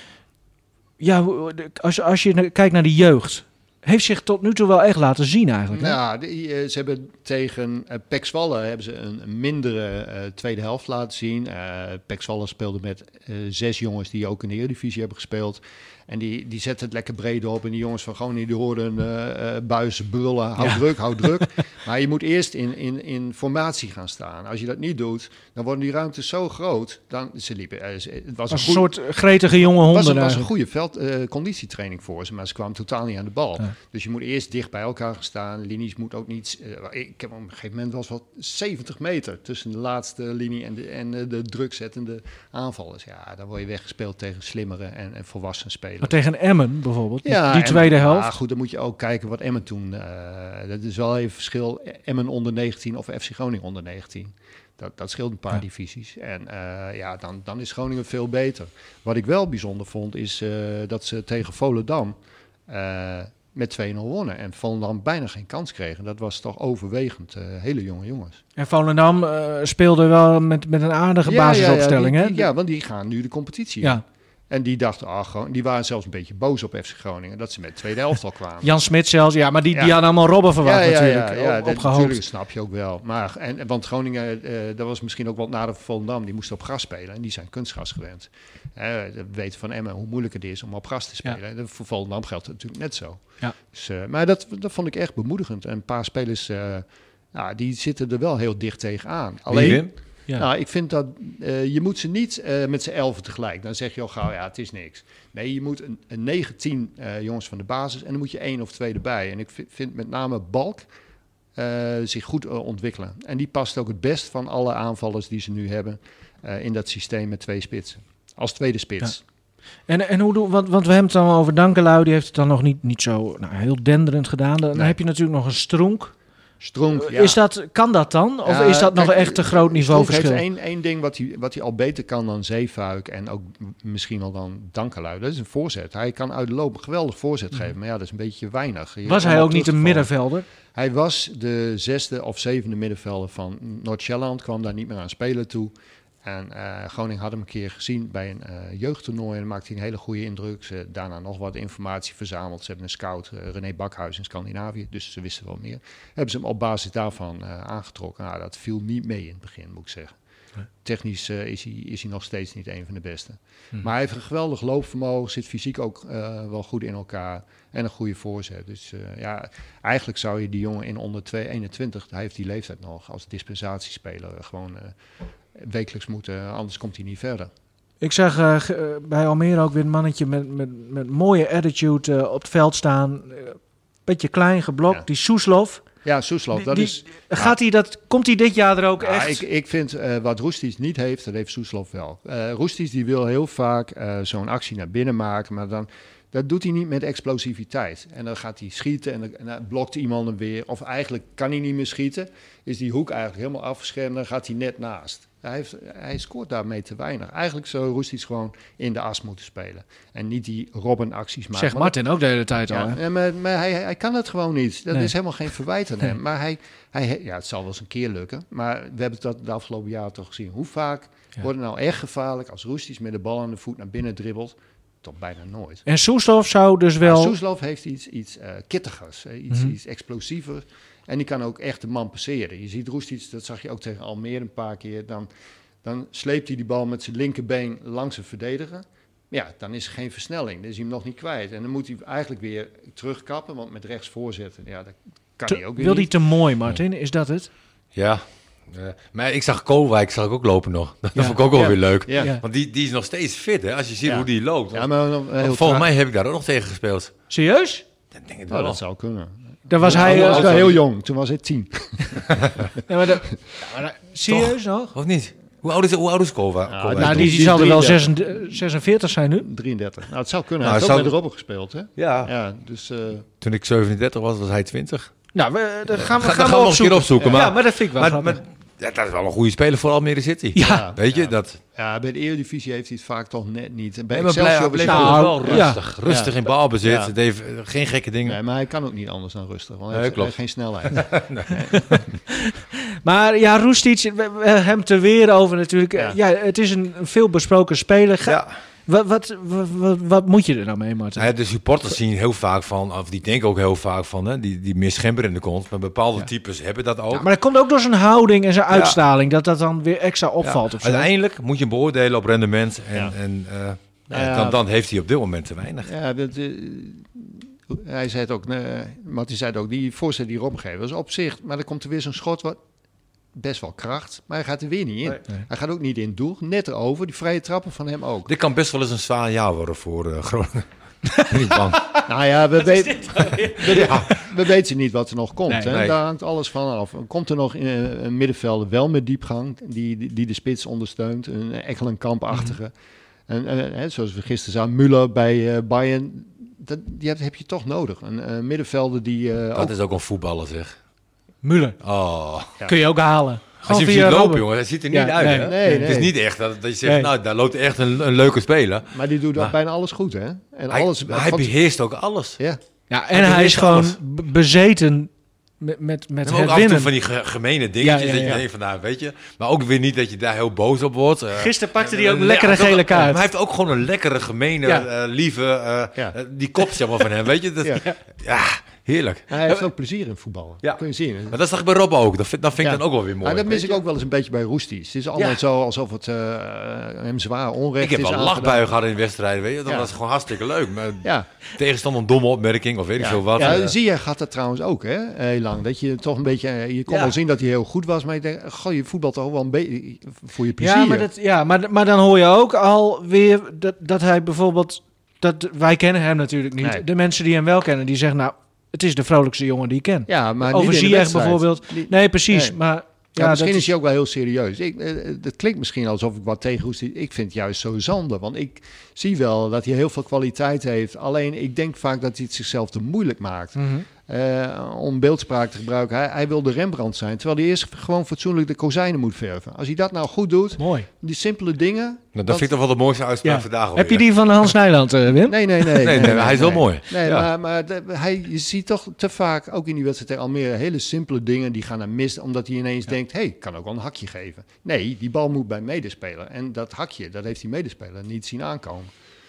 ja, hoe- de- als, als je na- kijkt naar de jeugd... heeft zich tot nu toe wel echt laten zien eigenlijk. Hè? Nou, die, uh, ze hebben tegen uh, Pek Zwolle hebben ze een, een mindere uh, tweede helft laten zien. Uh, Pek Zwolle speelde met uh, zes jongens die ook in de Eredivisie hebben gespeeld. En die, die zetten het lekker breed op. En die jongens van Groningen die hoorden uh, uh, buizen brullen. Hou Ja. druk, hou druk. Maar je moet eerst in, in, in formatie gaan staan. Als je dat niet doet, dan worden die ruimtes zo groot. Dan, ze liepen, uh, ze- het was Als een een goed, soort gretige jonge honden was een, was een eigenlijk. goede veld, uh, conditietraining voor ze, maar ze kwamen totaal niet aan de bal. Ja. Dus je moet eerst dicht bij elkaar gaan staan. Linies moet ook niet... Uh, ik heb op een gegeven moment was wel zeventig meter tussen de laatste linie en de, en, uh, de drukzettende aanvallers. Ja, dan word je weggespeeld tegen slimmere en, en volwassen spelers. Maar tegen Emmen bijvoorbeeld, die- Ja, die en- tweede helft. Ja, goed, dan moet je ook kijken wat Emmen toen... Uh, dat is wel even verschil. Emmen onder negentien of F C Groningen onder negentien. Dat, dat scheelt een paar Ja. divisies. En uh, ja, dan, dan is Groningen veel beter. Wat ik wel bijzonder vond, is uh, dat ze tegen Volendam uh, met twee nul wonnen. En Volendam bijna geen kans kregen. Dat was toch overwegend uh, hele jonge jongens. En Volendam uh, speelde wel met, met een aardige basisopstelling. ja, hè? die, die, ja, want die gaan nu de competitie in. Ja. En die dachten, ah, gewoon, die waren zelfs een beetje boos op F C Groningen. Dat ze met de tweede helft al kwamen. Jan Smit zelfs, ja, maar die, Ja. die hadden allemaal Robben verwacht natuurlijk. ja, ja, op, dat, opgehoopt. natuurlijk snap je ook wel. Maar, en, want Groningen, uh, dat was misschien ook wat nadeel van Volendam. Die moesten op gras spelen en die zijn kunstgras gewend. Uh, we weten van Emmen hoe moeilijk het is om op gras te spelen. Ja. En voor Volendam geldt het natuurlijk net zo. Ja. Dus, uh, maar dat, dat vond ik echt bemoedigend. En een paar spelers, uh, nou, die zitten er wel heel dicht tegenaan. Wie, Wim? Ja. Nou, ik vind dat uh, je moet ze niet uh, met z'n elfen tegelijk. Dan zeg je al gauw, ja, het is niks. Nee, je moet een, een negen, tien uh, jongens van de basis en dan moet je één of twee erbij. En ik vind, vind met name Balk, uh, zich goed uh, ontwikkelen. En die past ook het best van alle aanvallers die ze nu hebben uh, in dat systeem met twee spitsen. Als tweede spits. Ja. En, en hoe doen, want, want we hebben het dan over Dankelui, die heeft het dan nog niet, niet zo nou, heel denderend gedaan. Dan nee. heb je natuurlijk nog een Stronk. Stronk, ja. Is dat, kan dat dan? Of ja, is dat kijk, nog echt een groot niveauverschil? Stronk heeft één, één ding wat hij, wat hij al beter kan dan Zeefuik en ook misschien wel dan Dankelui. Dat is een voorzet. Hij kan uit de loop een geweldig voorzet mm. geven, maar ja, dat is een beetje weinig. Je was hij ook niet een middenvelder? Hij was de zesde of zevende middenvelder van Noord-Sjælland, kwam daar niet meer aan spelen toe. En uh, Groningen had hem een keer gezien bij een uh, jeugdtoernooi en maakte hij een hele goede indruk. Ze daarna nog wat informatie verzameld. Ze hebben een scout, uh, René Bakhuis in Scandinavië, dus ze wisten wel meer. Hebben ze hem op basis daarvan uh, aangetrokken. Nou, dat viel niet mee in het begin, moet ik zeggen. Nee. Technisch uh, is, hij, is hij nog steeds niet een van de beste. Hmm. Maar hij heeft een geweldig loopvermogen, zit fysiek ook uh, wel goed in elkaar en een goede voorzet. Dus uh, ja, eigenlijk zou je die jongen in onder twee eenentwintig, hij heeft die leeftijd nog, als dispensatiespeler uh, gewoon... Uh, wekelijks moeten, anders komt hij niet verder. Ik zag uh, bij Almere ook weer een mannetje met, met, met mooie attitude uh, op het veld staan. Uh, beetje klein geblokt, ja. Die Soeslof. Ja, Soeslof, dat die, is... Gaat hij dat, komt hij dit jaar er ook ja, echt? Ik, ik vind uh, wat Roestic niet heeft, dat heeft Soeslof wel. Uh, Roestic die wil heel vaak uh, zo'n actie naar binnen maken, maar dan... Dat doet hij niet met explosiviteit. En dan gaat hij schieten en dan, en dan blokt iemand hem weer. Of eigenlijk kan hij niet meer schieten. Is die hoek eigenlijk helemaal afgeschermd. Dan gaat hij net naast. Hij, heeft, hij scoort daarmee te weinig. Eigenlijk zou Roestic gewoon in de as moeten spelen. En niet die Robben-acties maken. Zegt Martin ook de hele tijd ja, al. Hè? Ja, maar maar hij, hij kan het gewoon niet. Dat nee. is helemaal geen verwijt aan hem. Nee. Maar hij, hij, ja, het zal wel eens een keer lukken. Maar we hebben dat de afgelopen jaren toch gezien. Hoe vaak ja. wordt het nou echt gevaarlijk als Roestic met de bal aan de voet naar binnen dribbelt? Toch bijna nooit. En Soeslof zou dus wel... Ja, Soeslof heeft iets, iets uh, kittigers, uh, iets, mm-hmm. iets explosiever. En die kan ook echt de man passeren. Je ziet Roestic, dat zag je ook tegen Almere een paar keer. Dan, dan sleept hij die bal met zijn linkerbeen langs een verdediger. Ja, dan is er geen versnelling. Dan is hij hem nog niet kwijt. En dan moet hij eigenlijk weer terugkappen, want met rechts voorzetten, ja, dat kan te, hij ook weer Wil niet. hij te mooi, Martin? Is dat het? Ja. Uh, maar ik zag Koolwijk zag ik ook lopen nog. Dat ja. vond ik ook wel ja. weer leuk. Ja. Ja. Want die, die is nog steeds fit, hè? Als je ziet ja. hoe die loopt. Ja, maar heel volgens tra- mij heb ik daar ook nog tegen gespeeld. Serieus? Dat denk ik oh, wel. Dat zou kunnen. Dan was ja, hij was uh, heel jong. Toen was hij tien. ja, maar de, ja, maar serieus Toch? nog? Of niet? Hoe oud is, hoe oud is Koolwijk? Ja, nou, die, die, die zal er wel zesenveertig zijn nu. drieëndertig. Nou, het zou kunnen. Hij nou, heeft ook zou... met Robben gespeeld, hè? Ja. ja dus, uh... Toen ik zevenendertig was, was hij twintig. Nou, we, dan gaan we, Ga, gaan we gaan nog een keer opzoeken. Ja, maar, ja, maar dat vind ik wel maar, maar, ja, dat is wel een goede speler voor Almere City. Ja. Weet je, ja. dat... Ja, bij de Eredivisie heeft hij het vaak toch net niet. Bij nee, Excelsior bleef hij nou, wel rustig. Ja. Rustig ja. in balbezit. Ja. Het heeft geen gekke dingen. Nee, maar hij kan ook niet anders dan rustig. Want hij, nee, heeft, klopt. hij heeft geen snelheid. nee. Nee. Maar ja, Roestic, we, we hem te weer over natuurlijk. Ja. ja, het is een, een veel besproken speler. Ga, ja. Wat, wat, wat, wat moet je er nou mee, Martin? Ja, de supporters zien heel vaak van, of die denken ook heel vaak van, hè, die, die meer schemper in de kont. Maar bepaalde ja. types hebben dat ook. Ja, maar dat komt ook door zijn houding en zijn uitstraling, ja. dat dat dan weer extra opvalt. Ja. Of zo. Uiteindelijk moet je hem beoordelen op rendement. En, ja. en uh, ja, ja, dan, dan heeft hij op dit moment te weinig. Ja, dat, uh, hij zei het ook, uh, Martin zei het ook, die voorzet die Rob geeft, was op zich, maar dan komt er weer zo'n schot wat best wel kracht, maar hij gaat er weer niet in. Nee. Nee. Hij gaat ook niet in het doel, net erover. Die vrije trappen van hem ook. Dit kan best wel eens een zwaar jaar worden voor uh, Groningen. Niet bang. Nou ja, we, weet, we, ja. we weten niet wat er nog komt. Nee, hè? Nee. Daar hangt alles van af. Komt er nog een, een middenvelder wel met diepgang, die, die, die de spits ondersteunt, een Ekkelenkamp-achtige. Mm-hmm. En, en, zoals we gisteren zagen, Müller bij uh, Bayern, dat, die heb, heb je toch nodig. Een uh, middenvelder die... Uh, dat ook... is ook een voetballer, zeg. Müller. Oh. Ja. Kun je ook halen. Als je hem ziet lopen, Robben. jongen, dat ziet er niet ja, uit. Nee, hè? nee, nee. Het is niet echt dat, dat je zegt, nee. nou, daar loopt echt een, een leuke speler. Maar die doet maar, bijna alles goed, hè? En hij, alles, maar hij beheerst ook alles. Ja, ja en hij, hij is gewoon b- bezeten met, met, met het ook af en toe van die ge- gemene dingetjes ja, ja, ja. dat je denkt van, nou, weet je. Maar ook weer niet dat je daar heel boos op wordt. Uh, Gisteren pakte hij ook een lekkere gele kaart. Maar hij heeft ook gewoon een lekkere, gemene, ja. uh, lieve, uh, ja. uh, die kop zeg maar van hem, weet je. Dat, ja. ja, heerlijk. Hij heeft ook plezier in voetballen. Ja. Kun je zien. Hè? Maar dat zag ik bij Rob ook. Dat vind, dat vind ik ja. dan ook wel weer mooi. Maar dat mis ik ook wel eens een beetje bij Roestic. Het is allemaal ja. zo alsof het uh, hem zwaar onrecht is. Ik heb wel lachbuien gehad in wedstrijden, weet je. Dat ja. was gewoon hartstikke leuk. Maar ja. tegenstander een domme opmerking of weet ik ja. veel wat. Ja, uh, zie je gaat dat trouwens ook, hè? Heel lang. Dat je toch een beetje... Je kon ja. wel zien dat hij heel goed was, maar je denkt, goh, je voetbalt toch wel een beetje voor je plezier. Ja, maar, dat, ja maar, maar dan hoor je ook alweer dat, dat hij bijvoorbeeld... Dat, wij kennen hem natuurlijk niet. Nee. De mensen die hem wel kennen, die zeggen, nou, het is de vrolijkste jongen die ik ken. Ja, maar Over niet in de Ziyech wedstrijd. bijvoorbeeld. Niet- Nee, precies. Nee. Maar Ja, ja, misschien dat is hij ook wel heel serieus. Ik, eh, het klinkt misschien alsof ik wat tegenhoest. Ik vind het juist zo zonde. Want ik zie wel dat hij heel veel kwaliteit heeft. Alleen ik denk vaak dat hij het zichzelf te moeilijk maakt. Mhm. Uh, om beeldspraak te gebruiken. Hij, hij wil de Rembrandt zijn. Terwijl hij eerst gewoon fatsoenlijk de kozijnen moet verven. Als hij dat nou goed doet, Mooi. die simpele dingen. Nou, dat dat- vind ik toch wel de mooiste uitspraak Ja. vandaag alweer. Heb je die van Hans Nijland, uh, Wim? Nee, nee, nee. Nee, nee, hij is wel mooi. Nee, Ja. maar, maar de- hij, je ziet toch te vaak, ook in die wedstrijd tegen Almere, hele simpele dingen die gaan naar mis. Omdat hij ineens denkt, hé, hey, ik kan ook wel een hakje geven. Nee, die bal moet bij medespeler. En dat hakje, dat heeft die medespeler niet zien aankomen.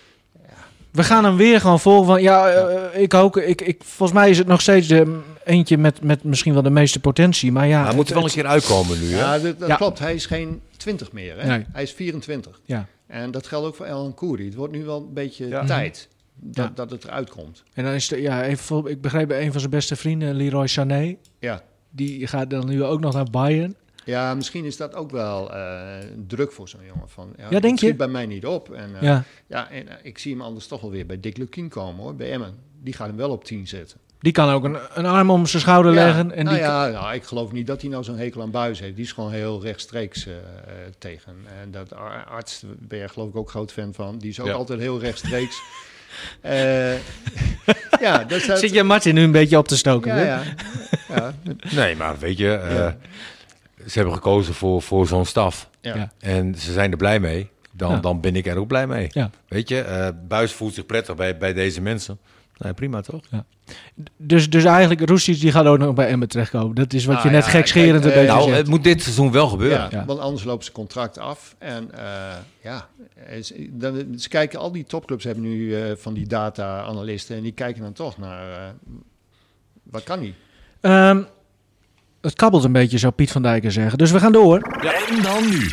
We gaan hem weer gewoon volgen. Van, ja, uh, ik ook. Ik, ik, volgens mij is het nog steeds de, eentje met, met misschien wel de meeste potentie. Maar ja, Hij moet er wel een het- keer uitkomen nu. Hè? Ja, dat, dat Ja. klopt. Hij is geen twintig meer. Hè? Nee. Hij is vierentwintig. Ja. En dat geldt ook voor El Koeri. Het wordt nu wel een beetje Ja. tijd dat, Ja. dat het eruit komt. En dan is de, ja, even, vol- ik begreep bij een van zijn beste vrienden, Leroy Sané. Ja. Die gaat dan nu ook nog naar Bayern. Ja, misschien is dat ook wel eh, druk voor zo'n jongen. Van, ja, denk het schiet je? bij mij niet op. En, eh, Ja. ja, en eh, ik zie hem anders toch wel weer bij Dick Lukien komen, hoor, bij Emmen. Die gaat hem wel op tien zetten. Die kan ook een, een arm om zijn schouder Ja, leggen. En nou die ja, nou, ik geloof niet dat hij nou zo'n hekel aan Buis heeft. Die is gewoon heel rechtstreeks eh, eh, tegen. En dat Ar- arts ben je geloof ik ook groot fan van. Die is ook Ja. altijd heel rechtstreeks. Eh, ja, dat is Zit je Martin nu een beetje op te stoken? ja, Wim? ja, ja, Nee, maar weet je, eh, Ja. ze hebben gekozen voor, voor zo'n staf. ja. Ja. En ze zijn er blij mee. Dan, Ja. dan ben ik er ook blij mee. Ja. Weet je, eh Buis voelt zich prettig bij, bij deze mensen. Nee, prima toch? Dus, dus eigenlijk, Roestic die gaat ook nog bij Emmen terechtkomen. Dat is wat Nou je net ja, gekscherend kijk, een beetje eh, Nou, zegt. het moet dit seizoen wel gebeuren. Ja, Ja. want anders loopt zijn contract af. En eh, ja, is- dan, ze kijken, al die topclubs hebben nu eh, van die data-analisten. En die kijken dan toch naar, eh, wat kan hij? Ehm, het kabbelt een beetje, zou Piet van Dijken zeggen. Dus we gaan door. En dan nu.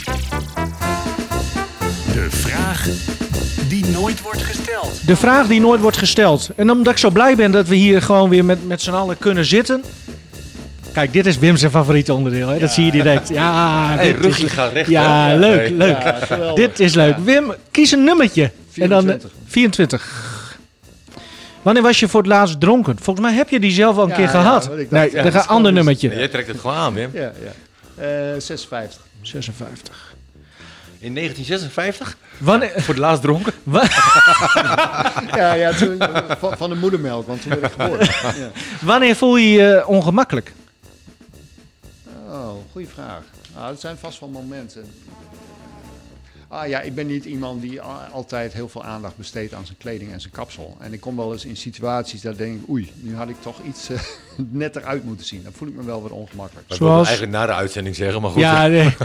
De vraag die nooit wordt gesteld. De vraag die nooit wordt gesteld. En omdat ik zo blij ben dat we hier gewoon weer met, met z'n allen kunnen zitten. Kijk, dit is Wim zijn favoriete onderdeel. Hè? Dat zie je direct. Ja, Hey, dit rugje is, gaat recht. ja, hè? leuk, Hey. leuk. Ja, geweldig. Dit is leuk. Wim, kies een nummertje. En dan, eh, vierentwintig. vierentwintig. Wanneer was je voor het laatst dronken? Volgens mij heb je die zelf al een Ja, keer ja, gehad. wat ik dacht, nee, ja, dan dat gaat is een ander gewoon- nummertje. Nee, jij trekt het gewoon aan, Wim. Ja, ja. Eh, zesenvijftig. zesenvijftig. In negentien zesenvijftig? Wanneer, Voor de laatst dronken? wa- Ja, ja toen, eh, van, van de moedermelk, want toen werd ik geboren. Ja. wanneer voel je je eh, ongemakkelijk? Oh, goede vraag. Ah, dat zijn vast wel momenten. Ah ja, ik ben niet iemand die a- altijd heel veel aandacht besteedt aan zijn kleding en zijn kapsel. En ik kom wel eens in situaties dat ik denk, oei, nu had ik toch iets eh, netter uit moeten zien. Dan voel ik me wel wat ongemakkelijk. Dat Zoals- wilde ik eigenlijk na de uitzending zeggen, maar goed. Ja, nee.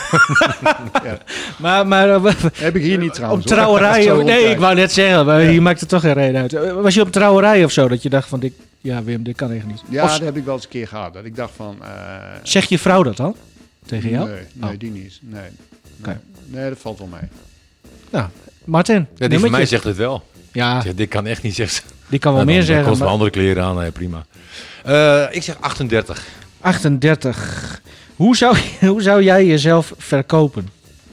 Ja. maar, maar eh, Heb ik hier niet op trouwens. hoor. trouwerij... Zo of- nee, altijd. ik wou net zeggen, maar hier maakt het toch geen reden uit. Eh, Was je op trouwerij of zo, dat je dacht van... Dit, ja, Wim, dit kan echt niet. Ja, Of dat heb ik wel eens een keer gehad. Dat ik dacht van... eh, zeg je vrouw dat dan? Tegen jou? Nee, nee Oh. die niet. Nee. Nee. Oké. nee, dat valt wel mee. Nou, Martin. Ja, die van nummertje. mij zegt het wel. Ja, Zegt, dit kan echt niet zeggen. die kan wel Nou, meer dan, dan zeggen. kost me maar- andere kleren aan, nee, prima. Eh, ik zeg achtendertig. achtendertig. Hoe zou, hoe zou jij jezelf verkopen?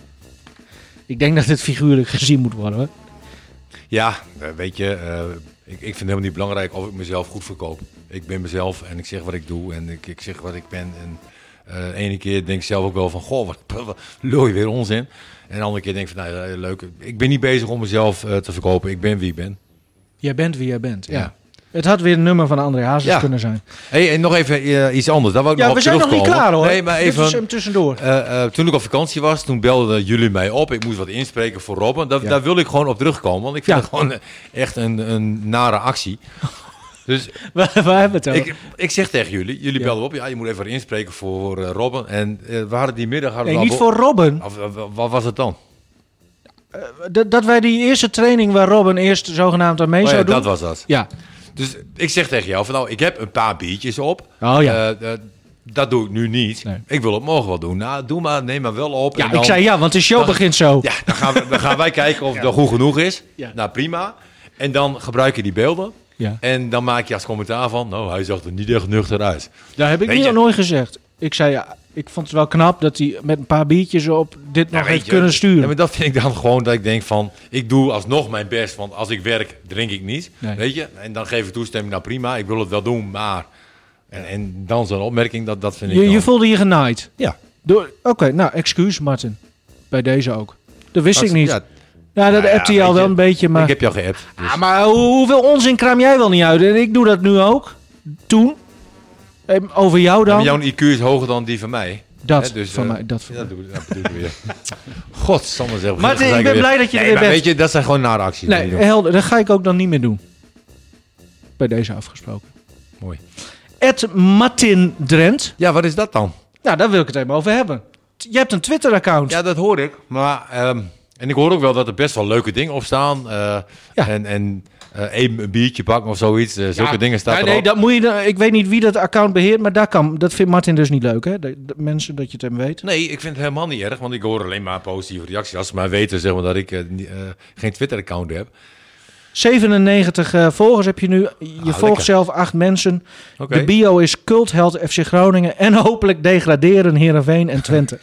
Ik denk dat dit figuurlijk gezien moet worden, hoor. Ja, eh, weet je, eh, ik, ik vind het helemaal niet belangrijk of ik mezelf goed verkoop. Ik ben mezelf en ik zeg wat ik doe en ik, ik zeg wat ik ben. En eh, de ene keer denk ik zelf ook wel van, goh, wat, wat lul je weer onzin. En de andere keer denk ik van, nou, ja, leuk. Ik ben niet bezig om mezelf eh, te verkopen. Ik ben wie ik ben. Jij bent wie jij bent, ja. Ja. Het had weer een nummer van André Hazes Ja. kunnen zijn. Hey, en nog even eh, iets anders. Daar wou ik Ja, nog we op zijn nog niet terugkomen. klaar, hoor. Nee, maar Dit is even... hem tussendoor. Eh, eh, toen ik op vakantie was, toen belden jullie mij op. Ik moest wat inspreken voor Robben. Daar, Ja. daar wil ik gewoon op terugkomen. Want ik vind Ja. het gewoon eh, echt een, een nare actie. Dus Waar, waar hebben we het over? ik, ik zeg tegen jullie, jullie Ja. belden op. Ja, je moet even wat inspreken voor uh, Robben. En eh, we hadden die middag... Hadden Nee, we niet al- voor Robben. Of, of- of- wat was het dan? Dat, dat wij die eerste training waar Robben eerst zogenaamd aan mee Oh ja, zou doen. dat was dat. Ja. Dus ik zeg tegen jou van nou, ik heb een paar biertjes op. Oh ja. Eh, eh, dat doe ik nu niet. Nee. Ik wil het morgen wel doen. Nou, doe maar, neem maar wel op. Ja, en dan, ik zei ja, want de show dan- begint zo. Ja, dan gaan, we, dan gaan wij kijken of het goed genoeg is. Ja. Nou, prima. En dan gebruik je die beelden. Ja. En dan maak je als commentaar van... Nou, hij zag er niet echt nuchter uit. Daar heb ik Weet niet je- nooit gezegd. Ik zei ja, Ik vond het wel knap dat hij met een paar biertjes op dit Ja, nog weet heeft je, kunnen sturen. Ja, maar dat vind ik dan gewoon dat ik denk van, ik doe alsnog mijn best, want als ik werk, drink ik niet, Nee. weet je. En dan geef ik toestemming, nou prima, ik wil het wel doen, maar... En, en dan zo'n opmerking, dat, dat vind ik je, je dan- voelde je genaaid. Ja. Door- Oké, nou, excuus Martin. Bij deze ook. Dat wist ik niet. Ja, Ja, dat nou ja, appte je weet al wel je, een beetje, maar... ik heb jou geappt. Dus. Ah, maar hoe- hoeveel onzin kraam jij wel niet uit? En ik doe dat nu ook. Toen. Eh, Over jou Ja, dan. maar jouw I Q is hoger dan die van mij. Dat Hè, dus, van eh, mij. Dat van Ja, mij. dat doe dat bedoel ik weer. Godsamme zeg. Martin, ga ik ben weer- blij dat je er nee, weer maar bent. weet je, dat zijn gewoon nare acties. die Nee, je doet. helder. Dat ga ik ook dan niet meer doen. Bij deze afgesproken. Mooi. Ed Martin Drent. Ja, wat is dat dan? Nou, daar wil ik het even over hebben. Je hebt een Twitter-account. Ja, dat hoor ik. Maar, ehm, en ik hoor ook wel dat er best wel leuke dingen op staan. eh, Ja. En, en eh, een, een biertje pakken of zoiets. eh, zulke Ja, dingen staan ja, erop. nee, dat moet je, ik weet niet wie dat account beheert, maar daar kan, dat vindt Martin dus niet leuk, hè? De, de mensen dat je het hem weet. Nee, ik vind het helemaal niet erg, want ik hoor alleen maar positieve reacties. Als ze maar weten zeg maar, dat ik eh, niet- eh, geen Twitter-account heb. zevenennegentig uh, volgers heb je nu. Je volgt lekker. zelf acht mensen. Oké. De bio is cultheld F C Groningen en hopelijk degraderen Heerenveen en Twente.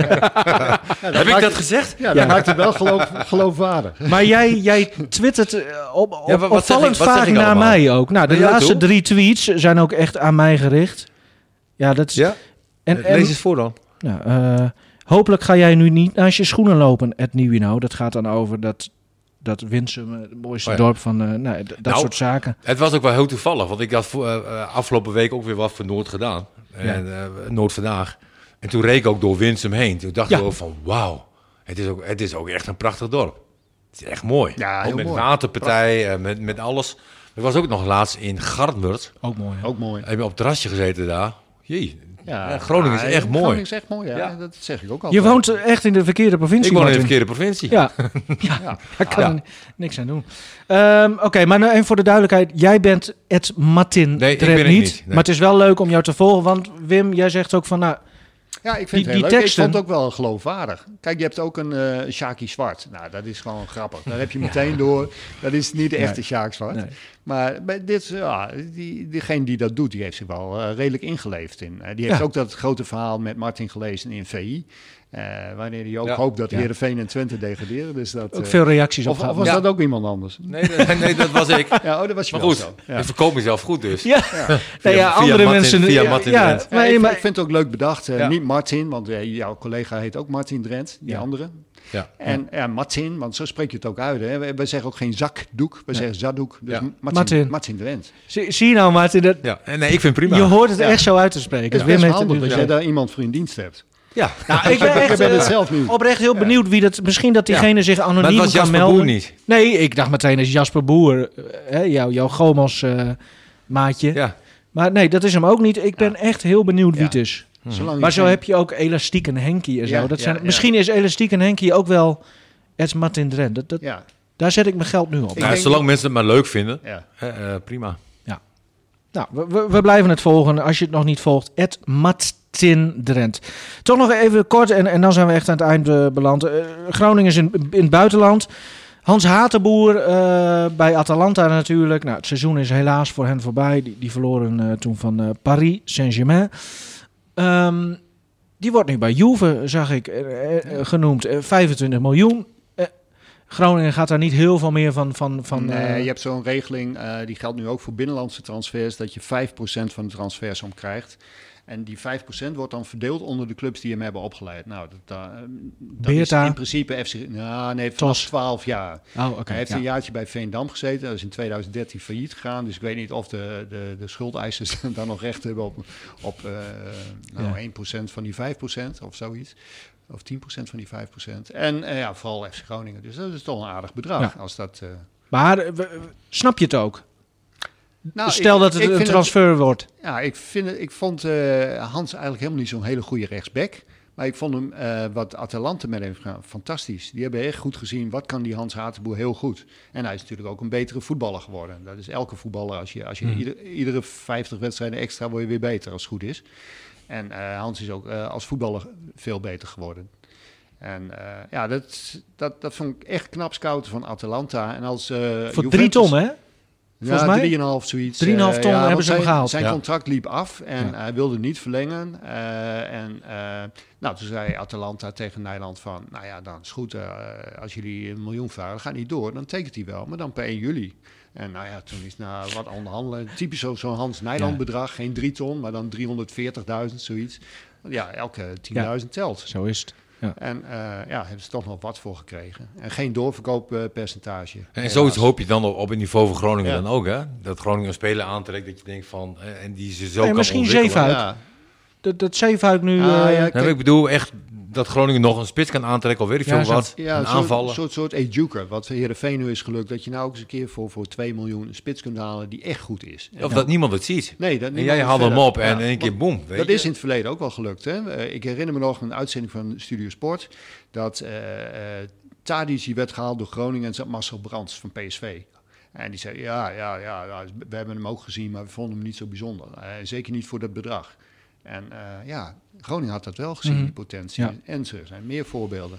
Heb ik dat gezegd? Ja, dat Ja. maakt het wel geloof, geloofwaardig. Maar jij, jij twittert uh, op, op, Ja, wat- wat zeg opvallend ik- wat zeg vaak ik naar allemaal? mij ook. Nou, de Naar jou laatste toe? drie tweets zijn ook echt aan mij gericht. Ja, dat is... Ja? En, en, Lees eens voor dan. nou, uh, hopelijk ga jij nu niet naast je schoenen lopen, Ed Nieuwenau. Dat gaat dan over dat, dat Winsum, het mooiste Oh ja. dorp van... Uh, nou, d- dat Nou, soort zaken. Het was ook wel heel toevallig, want ik had voor, eh, eh, afgelopen week ook weer wat voor Noord gedaan. En eh, Noord vandaag. En toen reed ik ook door Winsum heen. Toen dacht Ja. ik ook van, wauw, het is ook, het is ook echt een prachtig dorp. Het is echt mooi. Ja, ook heel met mooi. waterpartij, eh, met, met alles. Ik was ook nog laatst in Gartmert. Ook mooi. Hè? Ook mooi. Heb je op het terrasje gezeten daar? Jee, Ja, ja, Groningen is ja, echt mooi. Groningen is echt mooi, ja. Ja. Dat zeg ik ook al. Je woont echt in de verkeerde provincie, Ik woon in de Martin. verkeerde provincie. Ja, ja. Ja. daar kan Ja. er niks aan doen. Um, Oké, okay, maar nou even voor de duidelijkheid. Jij bent Ed Martin Nee, ik Drent ben het niet. niet, nee. Maar het is wel leuk om jou te volgen. Want Wim, jij zegt ook van... Nou, Ja, ik vind Die- het heel die leuk. teksten- Ik vond het ook wel geloofwaardig. Kijk, je hebt ook een eh Sjaki Zwart. Nou, dat is gewoon grappig. Daar heb je meteen door. Dat is niet de echte Nee. Sjaak Zwart. Nee. Maar bij dit, ja, die, diegene die dat doet, die heeft zich wel eh, redelijk ingeleefd in. Eh, die heeft Ja. ook dat grote verhaal met Martin gelezen in V I. eh, wanneer hij ook Ja. hoopt dat Ja. Heerenveen en Twente degraderen. Dus dat, ook eh, veel reacties op of, of gehad. was Ja. dat ook iemand anders? Nee, nee, nee, dat was ik. Ja, oh, dat was je Maar wel goed, zo. Ja. ik verkoop mezelf goed dus. Ja, nee, ja via andere Martin- mensen... via ja, Martin ja, Drent. Ja, maar, ik, vind, maar- ik vind het ook leuk bedacht. eh, Ja. Niet Martin, want eh, jouw collega heet ook Martin Drent, die Ja. andere. Ja. En ja, Martin, want zo spreek je het ook uit. Hè. We, we zeggen ook geen zakdoek, we zeggen zaddoek. Dus Ja. Martin, Martin. Martin Drent. zie, zie je nou, Martin, dat, Ja, en nee, ik vind het prima. je hoort het Ja. echt zo uit te spreken. Het is Wim best heeft het handig nu dat gezegd. jij daar iemand voor in dienst hebt. Ja, Nou, ik ben Ik echt ben het eh, zelf nu. oprecht heel benieuwd wie dat... Misschien dat diegene zich maar anoniem het was kan Jasper melden. Boer niet. Nee, ik dacht meteen is Jasper Boer, eh, hè, jouw, jouw Gomos eh, maatje. Ja. Maar nee, dat is hem ook niet. Ik ben echt heel benieuwd wie Ja. het is. Zolang Maar je zo geen- heb je ook Elastiek en Henkie en zo. Ja, dat ja, zijn, ja. Misschien is Elastiek en Henkie ook wel Ed Martin Drent. Dat, dat, Ja, Daar zet ik mijn geld nu op. Ik Nou, denk- zolang mensen het maar leuk vinden, ja. hè, eh, prima. Nou, we, we, we blijven het volgen. Als je het nog niet volgt, Ed Martin Drent. Toch nog even kort en, en dan zijn we echt aan het eind eh, beland. Eh, Groningen is in, in het buitenland. Hans Hatenboer eh, bij Atalanta natuurlijk. Nou, het seizoen is helaas voor hen voorbij. Die, die verloren eh, toen van eh, Paris Saint-Germain. Ehm, die wordt nu bij Juve, zag ik, eh, eh, genoemd. Eh, vijfentwintig miljoen. Eh, Groningen gaat daar niet heel veel meer van... van, van Nee, eh, je hebt zo'n regeling, eh, die geldt nu ook voor binnenlandse transfers, dat je vijf procent van de transfersom krijgt. En die vijf procent wordt dan verdeeld onder de clubs die hem hebben opgeleid. Nou, dat, dat, eh, dat is Beerta. in principe F C... Nou, nee, vanaf Tos. twaalf jaar. Oh, oké. Hij heeft ja. een jaartje bij Veendam gezeten. Dat is in tweeduizend dertien failliet gegaan. Dus ik weet niet of de, de, de schuldeisers dan nog recht hebben op, op uh, nou, Ja. één procent van die vijf procent of zoiets. Of tien procent van die vijf procent. En uh, ja, vooral F C Groningen. Dus dat is toch een aardig bedrag. Ja. Als dat, uh... Maar eh, we- we- snap je het ook? nou, Stel ik- dat het ik een vind transfer wordt. Ja, ik, vind het, ik vond uh, Hans eigenlijk helemaal niet zo'n hele goede rechtsback. Maar ik vond hem, uh, wat Atalanta met heeft gedaan, fantastisch. Die hebben echt goed gezien, wat kan die Hans Hatenboer heel goed. En hij is natuurlijk ook een betere voetballer geworden. Dat is elke voetballer, als je, als je Hmm. ieder, iedere vijftig wedstrijden extra word je weer beter als het goed is. En uh, Hans is ook uh, als voetballer veel beter geworden. En uh, ja, dat, dat, dat vond ik echt knap scouten van Atalanta. En als, uh, Voor Juventus, drie ton, hè? Volgens ja, mij? drieënhalf zoiets. drieënhalf Eh, ton ja, hebben want ze hem zijn, gehaald. Zijn Ja. contract liep af en Ja. hij wilde niet verlengen. Uh, en uh, nou, toen zei Atalanta tegen Nederland van, nou ja, dan is goed, uh, als jullie een miljoen vragen, gaat niet door, dan tekent hij wel, maar dan per één juli. En nou ja, toen is na wat onderhandelen, typisch zo'n zo Hans Nijland bedrag, ja. geen drie ton, maar dan driehonderdveertigduizend, zoiets. Ja, elke tienduizend ja, telt. Zo is het. Ja. En uh, ja, hebben ze toch nog wat voor gekregen. En geen doorverkooppercentage. Uh, en zoiets hoop je dan op, op het niveau van Groningen ja. dan ook, hè? Dat Groningen een speler aantrekt dat je denkt van, uh, en die ze zo nee, kan misschien ontwikkelen. Zeefuik. Ja. Dat, dat Zeefuik nu... Ah, uh, ja, nou, ik bedoel echt dat Groningen nog een spits kan aantrekken, al weet ik veel ja, wat. Ja, een een aanvallen. Een soort, soort Ejuker, wat Heerenveen nu is gelukt. Dat je nou ook eens een keer voor, voor twee miljoen een spits kunt halen die echt goed is. Of ja. dat niemand het ziet. Nee, dat en jij haalde hem op en ja, in één keer boem. Dat je? is in het verleden ook wel gelukt. Hè? Uh, ik herinner me nog een uitzending van Studio Sport. Dat uh, uh, Tadic die werd gehaald door Groningen en zat Marcel Brands van P S V. En die zei, ja, ja, ja, ja, we hebben hem ook gezien, maar we vonden hem niet zo bijzonder. Uh, zeker niet voor dat bedrag. En uh, ja, Groningen had dat wel gezien, mm-hmm. die potentie. Ja. En er zijn meer voorbeelden.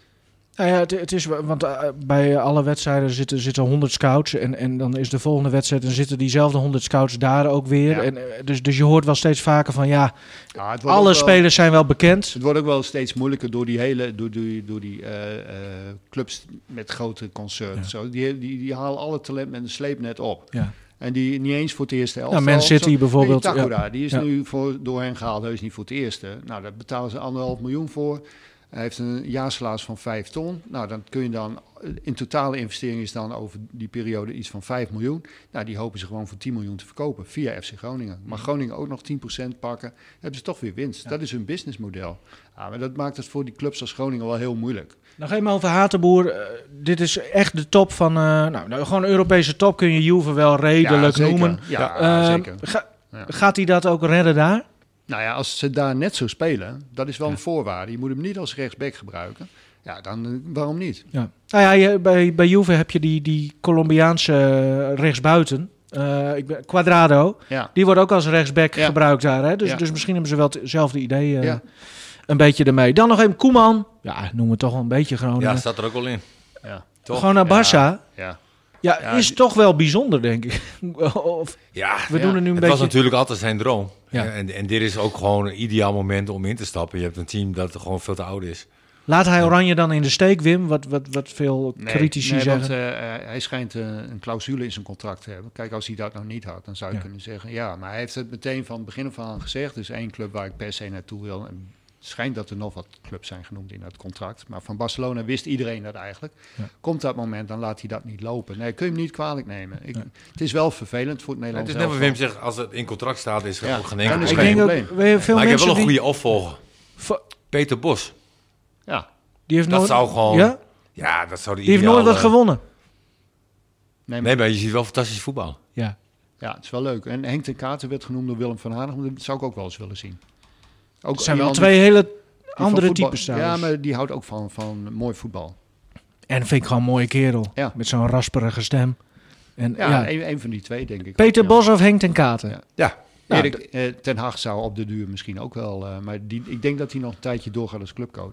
Nou ja, het, het is, want uh, bij alle wedstrijden zitten, zitten honderd scouts. En, en dan is de volgende wedstrijd en zitten diezelfde honderd scouts daar ook weer. Ja. En, uh, dus, dus je hoort wel steeds vaker van ja, ja het alle wel, spelers zijn wel bekend. Het wordt ook wel steeds moeilijker door die hele, door, door, door die uh, uh, clubs met grote concerns. Ja. Zo, die, die, die halen alle talent met een sleepnet op. Ja. En die niet eens voor het eerste elftal. Ja, Man City zo, bijvoorbeeld. Nee, Takura, ja. die is ja. nu voor, door hen gehaald, heus niet voor het eerste. Nou, daar betalen ze anderhalf miljoen voor. Hij heeft een jaarsalaris van vijf ton. Nou, dan kun je dan... In totale investering is dan over die periode iets van vijf miljoen. Nou, die hopen ze gewoon voor tien miljoen te verkopen via F C Groningen. Maar Groningen ook nog tien procent pakken, hebben ze toch weer winst. Ja. Dat is hun businessmodel. Ja, maar dat maakt het voor die clubs als Groningen wel heel moeilijk. Nog even over Hatenboer. Uh, dit is echt de top van... Uh, nou, nou, gewoon Europese top kun je Juve wel redelijk ja, noemen. Ja, uh, zeker. Ga, ja. Gaat hij dat ook redden daar? Nou ja, als ze daar net zo spelen, dat is wel ja. een voorwaarde. Je moet hem niet als rechtsback gebruiken. Ja, dan waarom niet? Ja. Nou ja, je, bij, bij Juve heb je die, die Colombiaanse uh, rechtsbuiten. Uh, ik ben, Quadrado. Ja. Die wordt ook als rechtsback ja. gebruikt daar. Hè? Dus, ja. dus misschien hebben ze wel hetzelfde idee uh, ja. een beetje ermee. Dan nog even Koeman. Ja, noemen we toch wel een beetje Groningen. Ja, staat er ook wel in. Ja. Toch? Gewoon naar Barça. Ja. ja. Ja, ja, is die... toch wel bijzonder, denk ik. of, ja, we doen ja. er nu een het beetje... was natuurlijk altijd zijn droom. Ja. En, en dit is ook gewoon een ideaal moment om in te stappen. Je hebt een team dat gewoon veel te oud is. Laat hij Oranje dan in de steek, Wim? Wat, wat, wat veel nee, critici nee, zeggen. Want, uh, hij schijnt uh, een clausule in zijn contract te hebben. Kijk, als hij dat nog niet had, dan zou je ja. kunnen zeggen... Ja, maar hij heeft het meteen van het begin af aan gezegd. Dus één club waar ik per se naartoe wil... En het schijnt dat er nog wat clubs zijn genoemd in dat contract. Maar van Barcelona wist iedereen dat eigenlijk. Ja. Komt dat moment, dan laat hij dat niet lopen. Nee, kun je hem niet kwalijk nemen. Ik, ja. Het is wel vervelend voor het Nederlands. Het is net wat Wim zegt, als het in contract staat, is er ja. ook geen enkel probleem. Ik denk ook, we veel maar ik heb wel een die... goede opvolger. Va- Peter Bos. Ja. Die heeft dat nooit... zou gewoon... Ja? Ja, dat zou de Die heeft nooit wat gewonnen. Nee maar... nee, maar je ziet wel fantastisch voetbal. Ja. Ja, het is wel leuk. En Henk ten Katen werd genoemd door Willem van Hanegem. Dat zou ik ook wel eens willen zien. Ook het zijn wel twee hele andere types. Ja, maar die houdt ook van, van mooi voetbal. En vind ik gewoon een mooie kerel. Ja. Met zo'n rasperige stem. En, ja, ja. Een, een van die twee, denk ik. Peter ook, Bos ja. of Henk ten Katen? Ja. ja. Nou, Erik eh, ten Hag zou op de duur misschien ook wel... Uh, maar die, ik denk dat hij nog een tijdje doorgaat als clubcoach.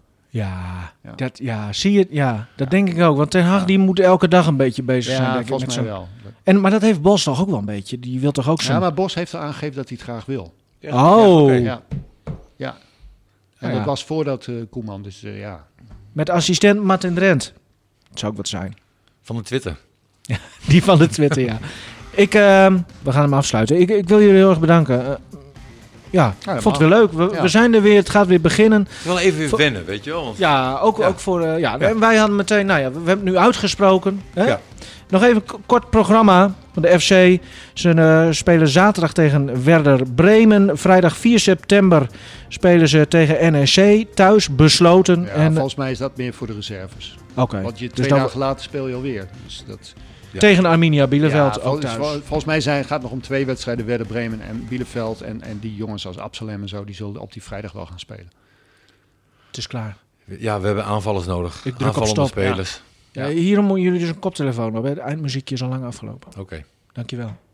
Ja, ja. Dat, ja, zie je, ja, dat ja. denk ik ook. Want Ten Hag ja. die moet elke dag een beetje bezig ja, zijn. Denk volgens ik, mij met wel. En, maar dat heeft Bos toch ook wel een beetje. Die wil toch ook zo. Ja, maar Bos heeft er aangegeven dat hij het graag wil. Ja. Oh. Ja, okay, ja. ja. En ja. dat was voordat uh, Koeman, dus uh, ja. Met assistent Martin Drent. Dat zou ook wat zijn. Van de Twitter. Ja, die van de Twitter, ja. Ik, uh, we gaan hem afsluiten. Ik, ik wil jullie heel erg bedanken. Uh, Ja, ja, vond het weer leuk. We, ja. we zijn er weer, het gaat weer beginnen. Wel even weer Vo- wennen, weet je wel. Want... Ja, ook, ja. ook voor... Uh, ja. ja. En wij hadden meteen, nou ja, we hebben het nu uitgesproken. Hè? Ja. Nog even een k- kort programma van de F C. Ze uh, spelen zaterdag tegen Werder Bremen. Vrijdag vier september spelen ze tegen N E C. Thuis, besloten. Ja, en, volgens mij is dat meer voor de reserves. Oké. Okay. Want je twee dus dagen later speel je alweer. Dus dat... Ja. Tegen Arminia Bielefeld ja, ook vol, thuis. Volgens mij zijn, gaat het nog om twee wedstrijden. Werder Bremen en Bielefeld. En, en die jongens als Absalem en zo, die zullen op die vrijdag wel gaan spelen. Het is klaar. Ja, we hebben aanvallers nodig. Ik druk Aanvallende op stop. spelers. Ja. Ja, hierom moeten jullie dus een koptelefoon hebben. Het eindmuziekje is al lang afgelopen. Oké. Okay. Dankjewel.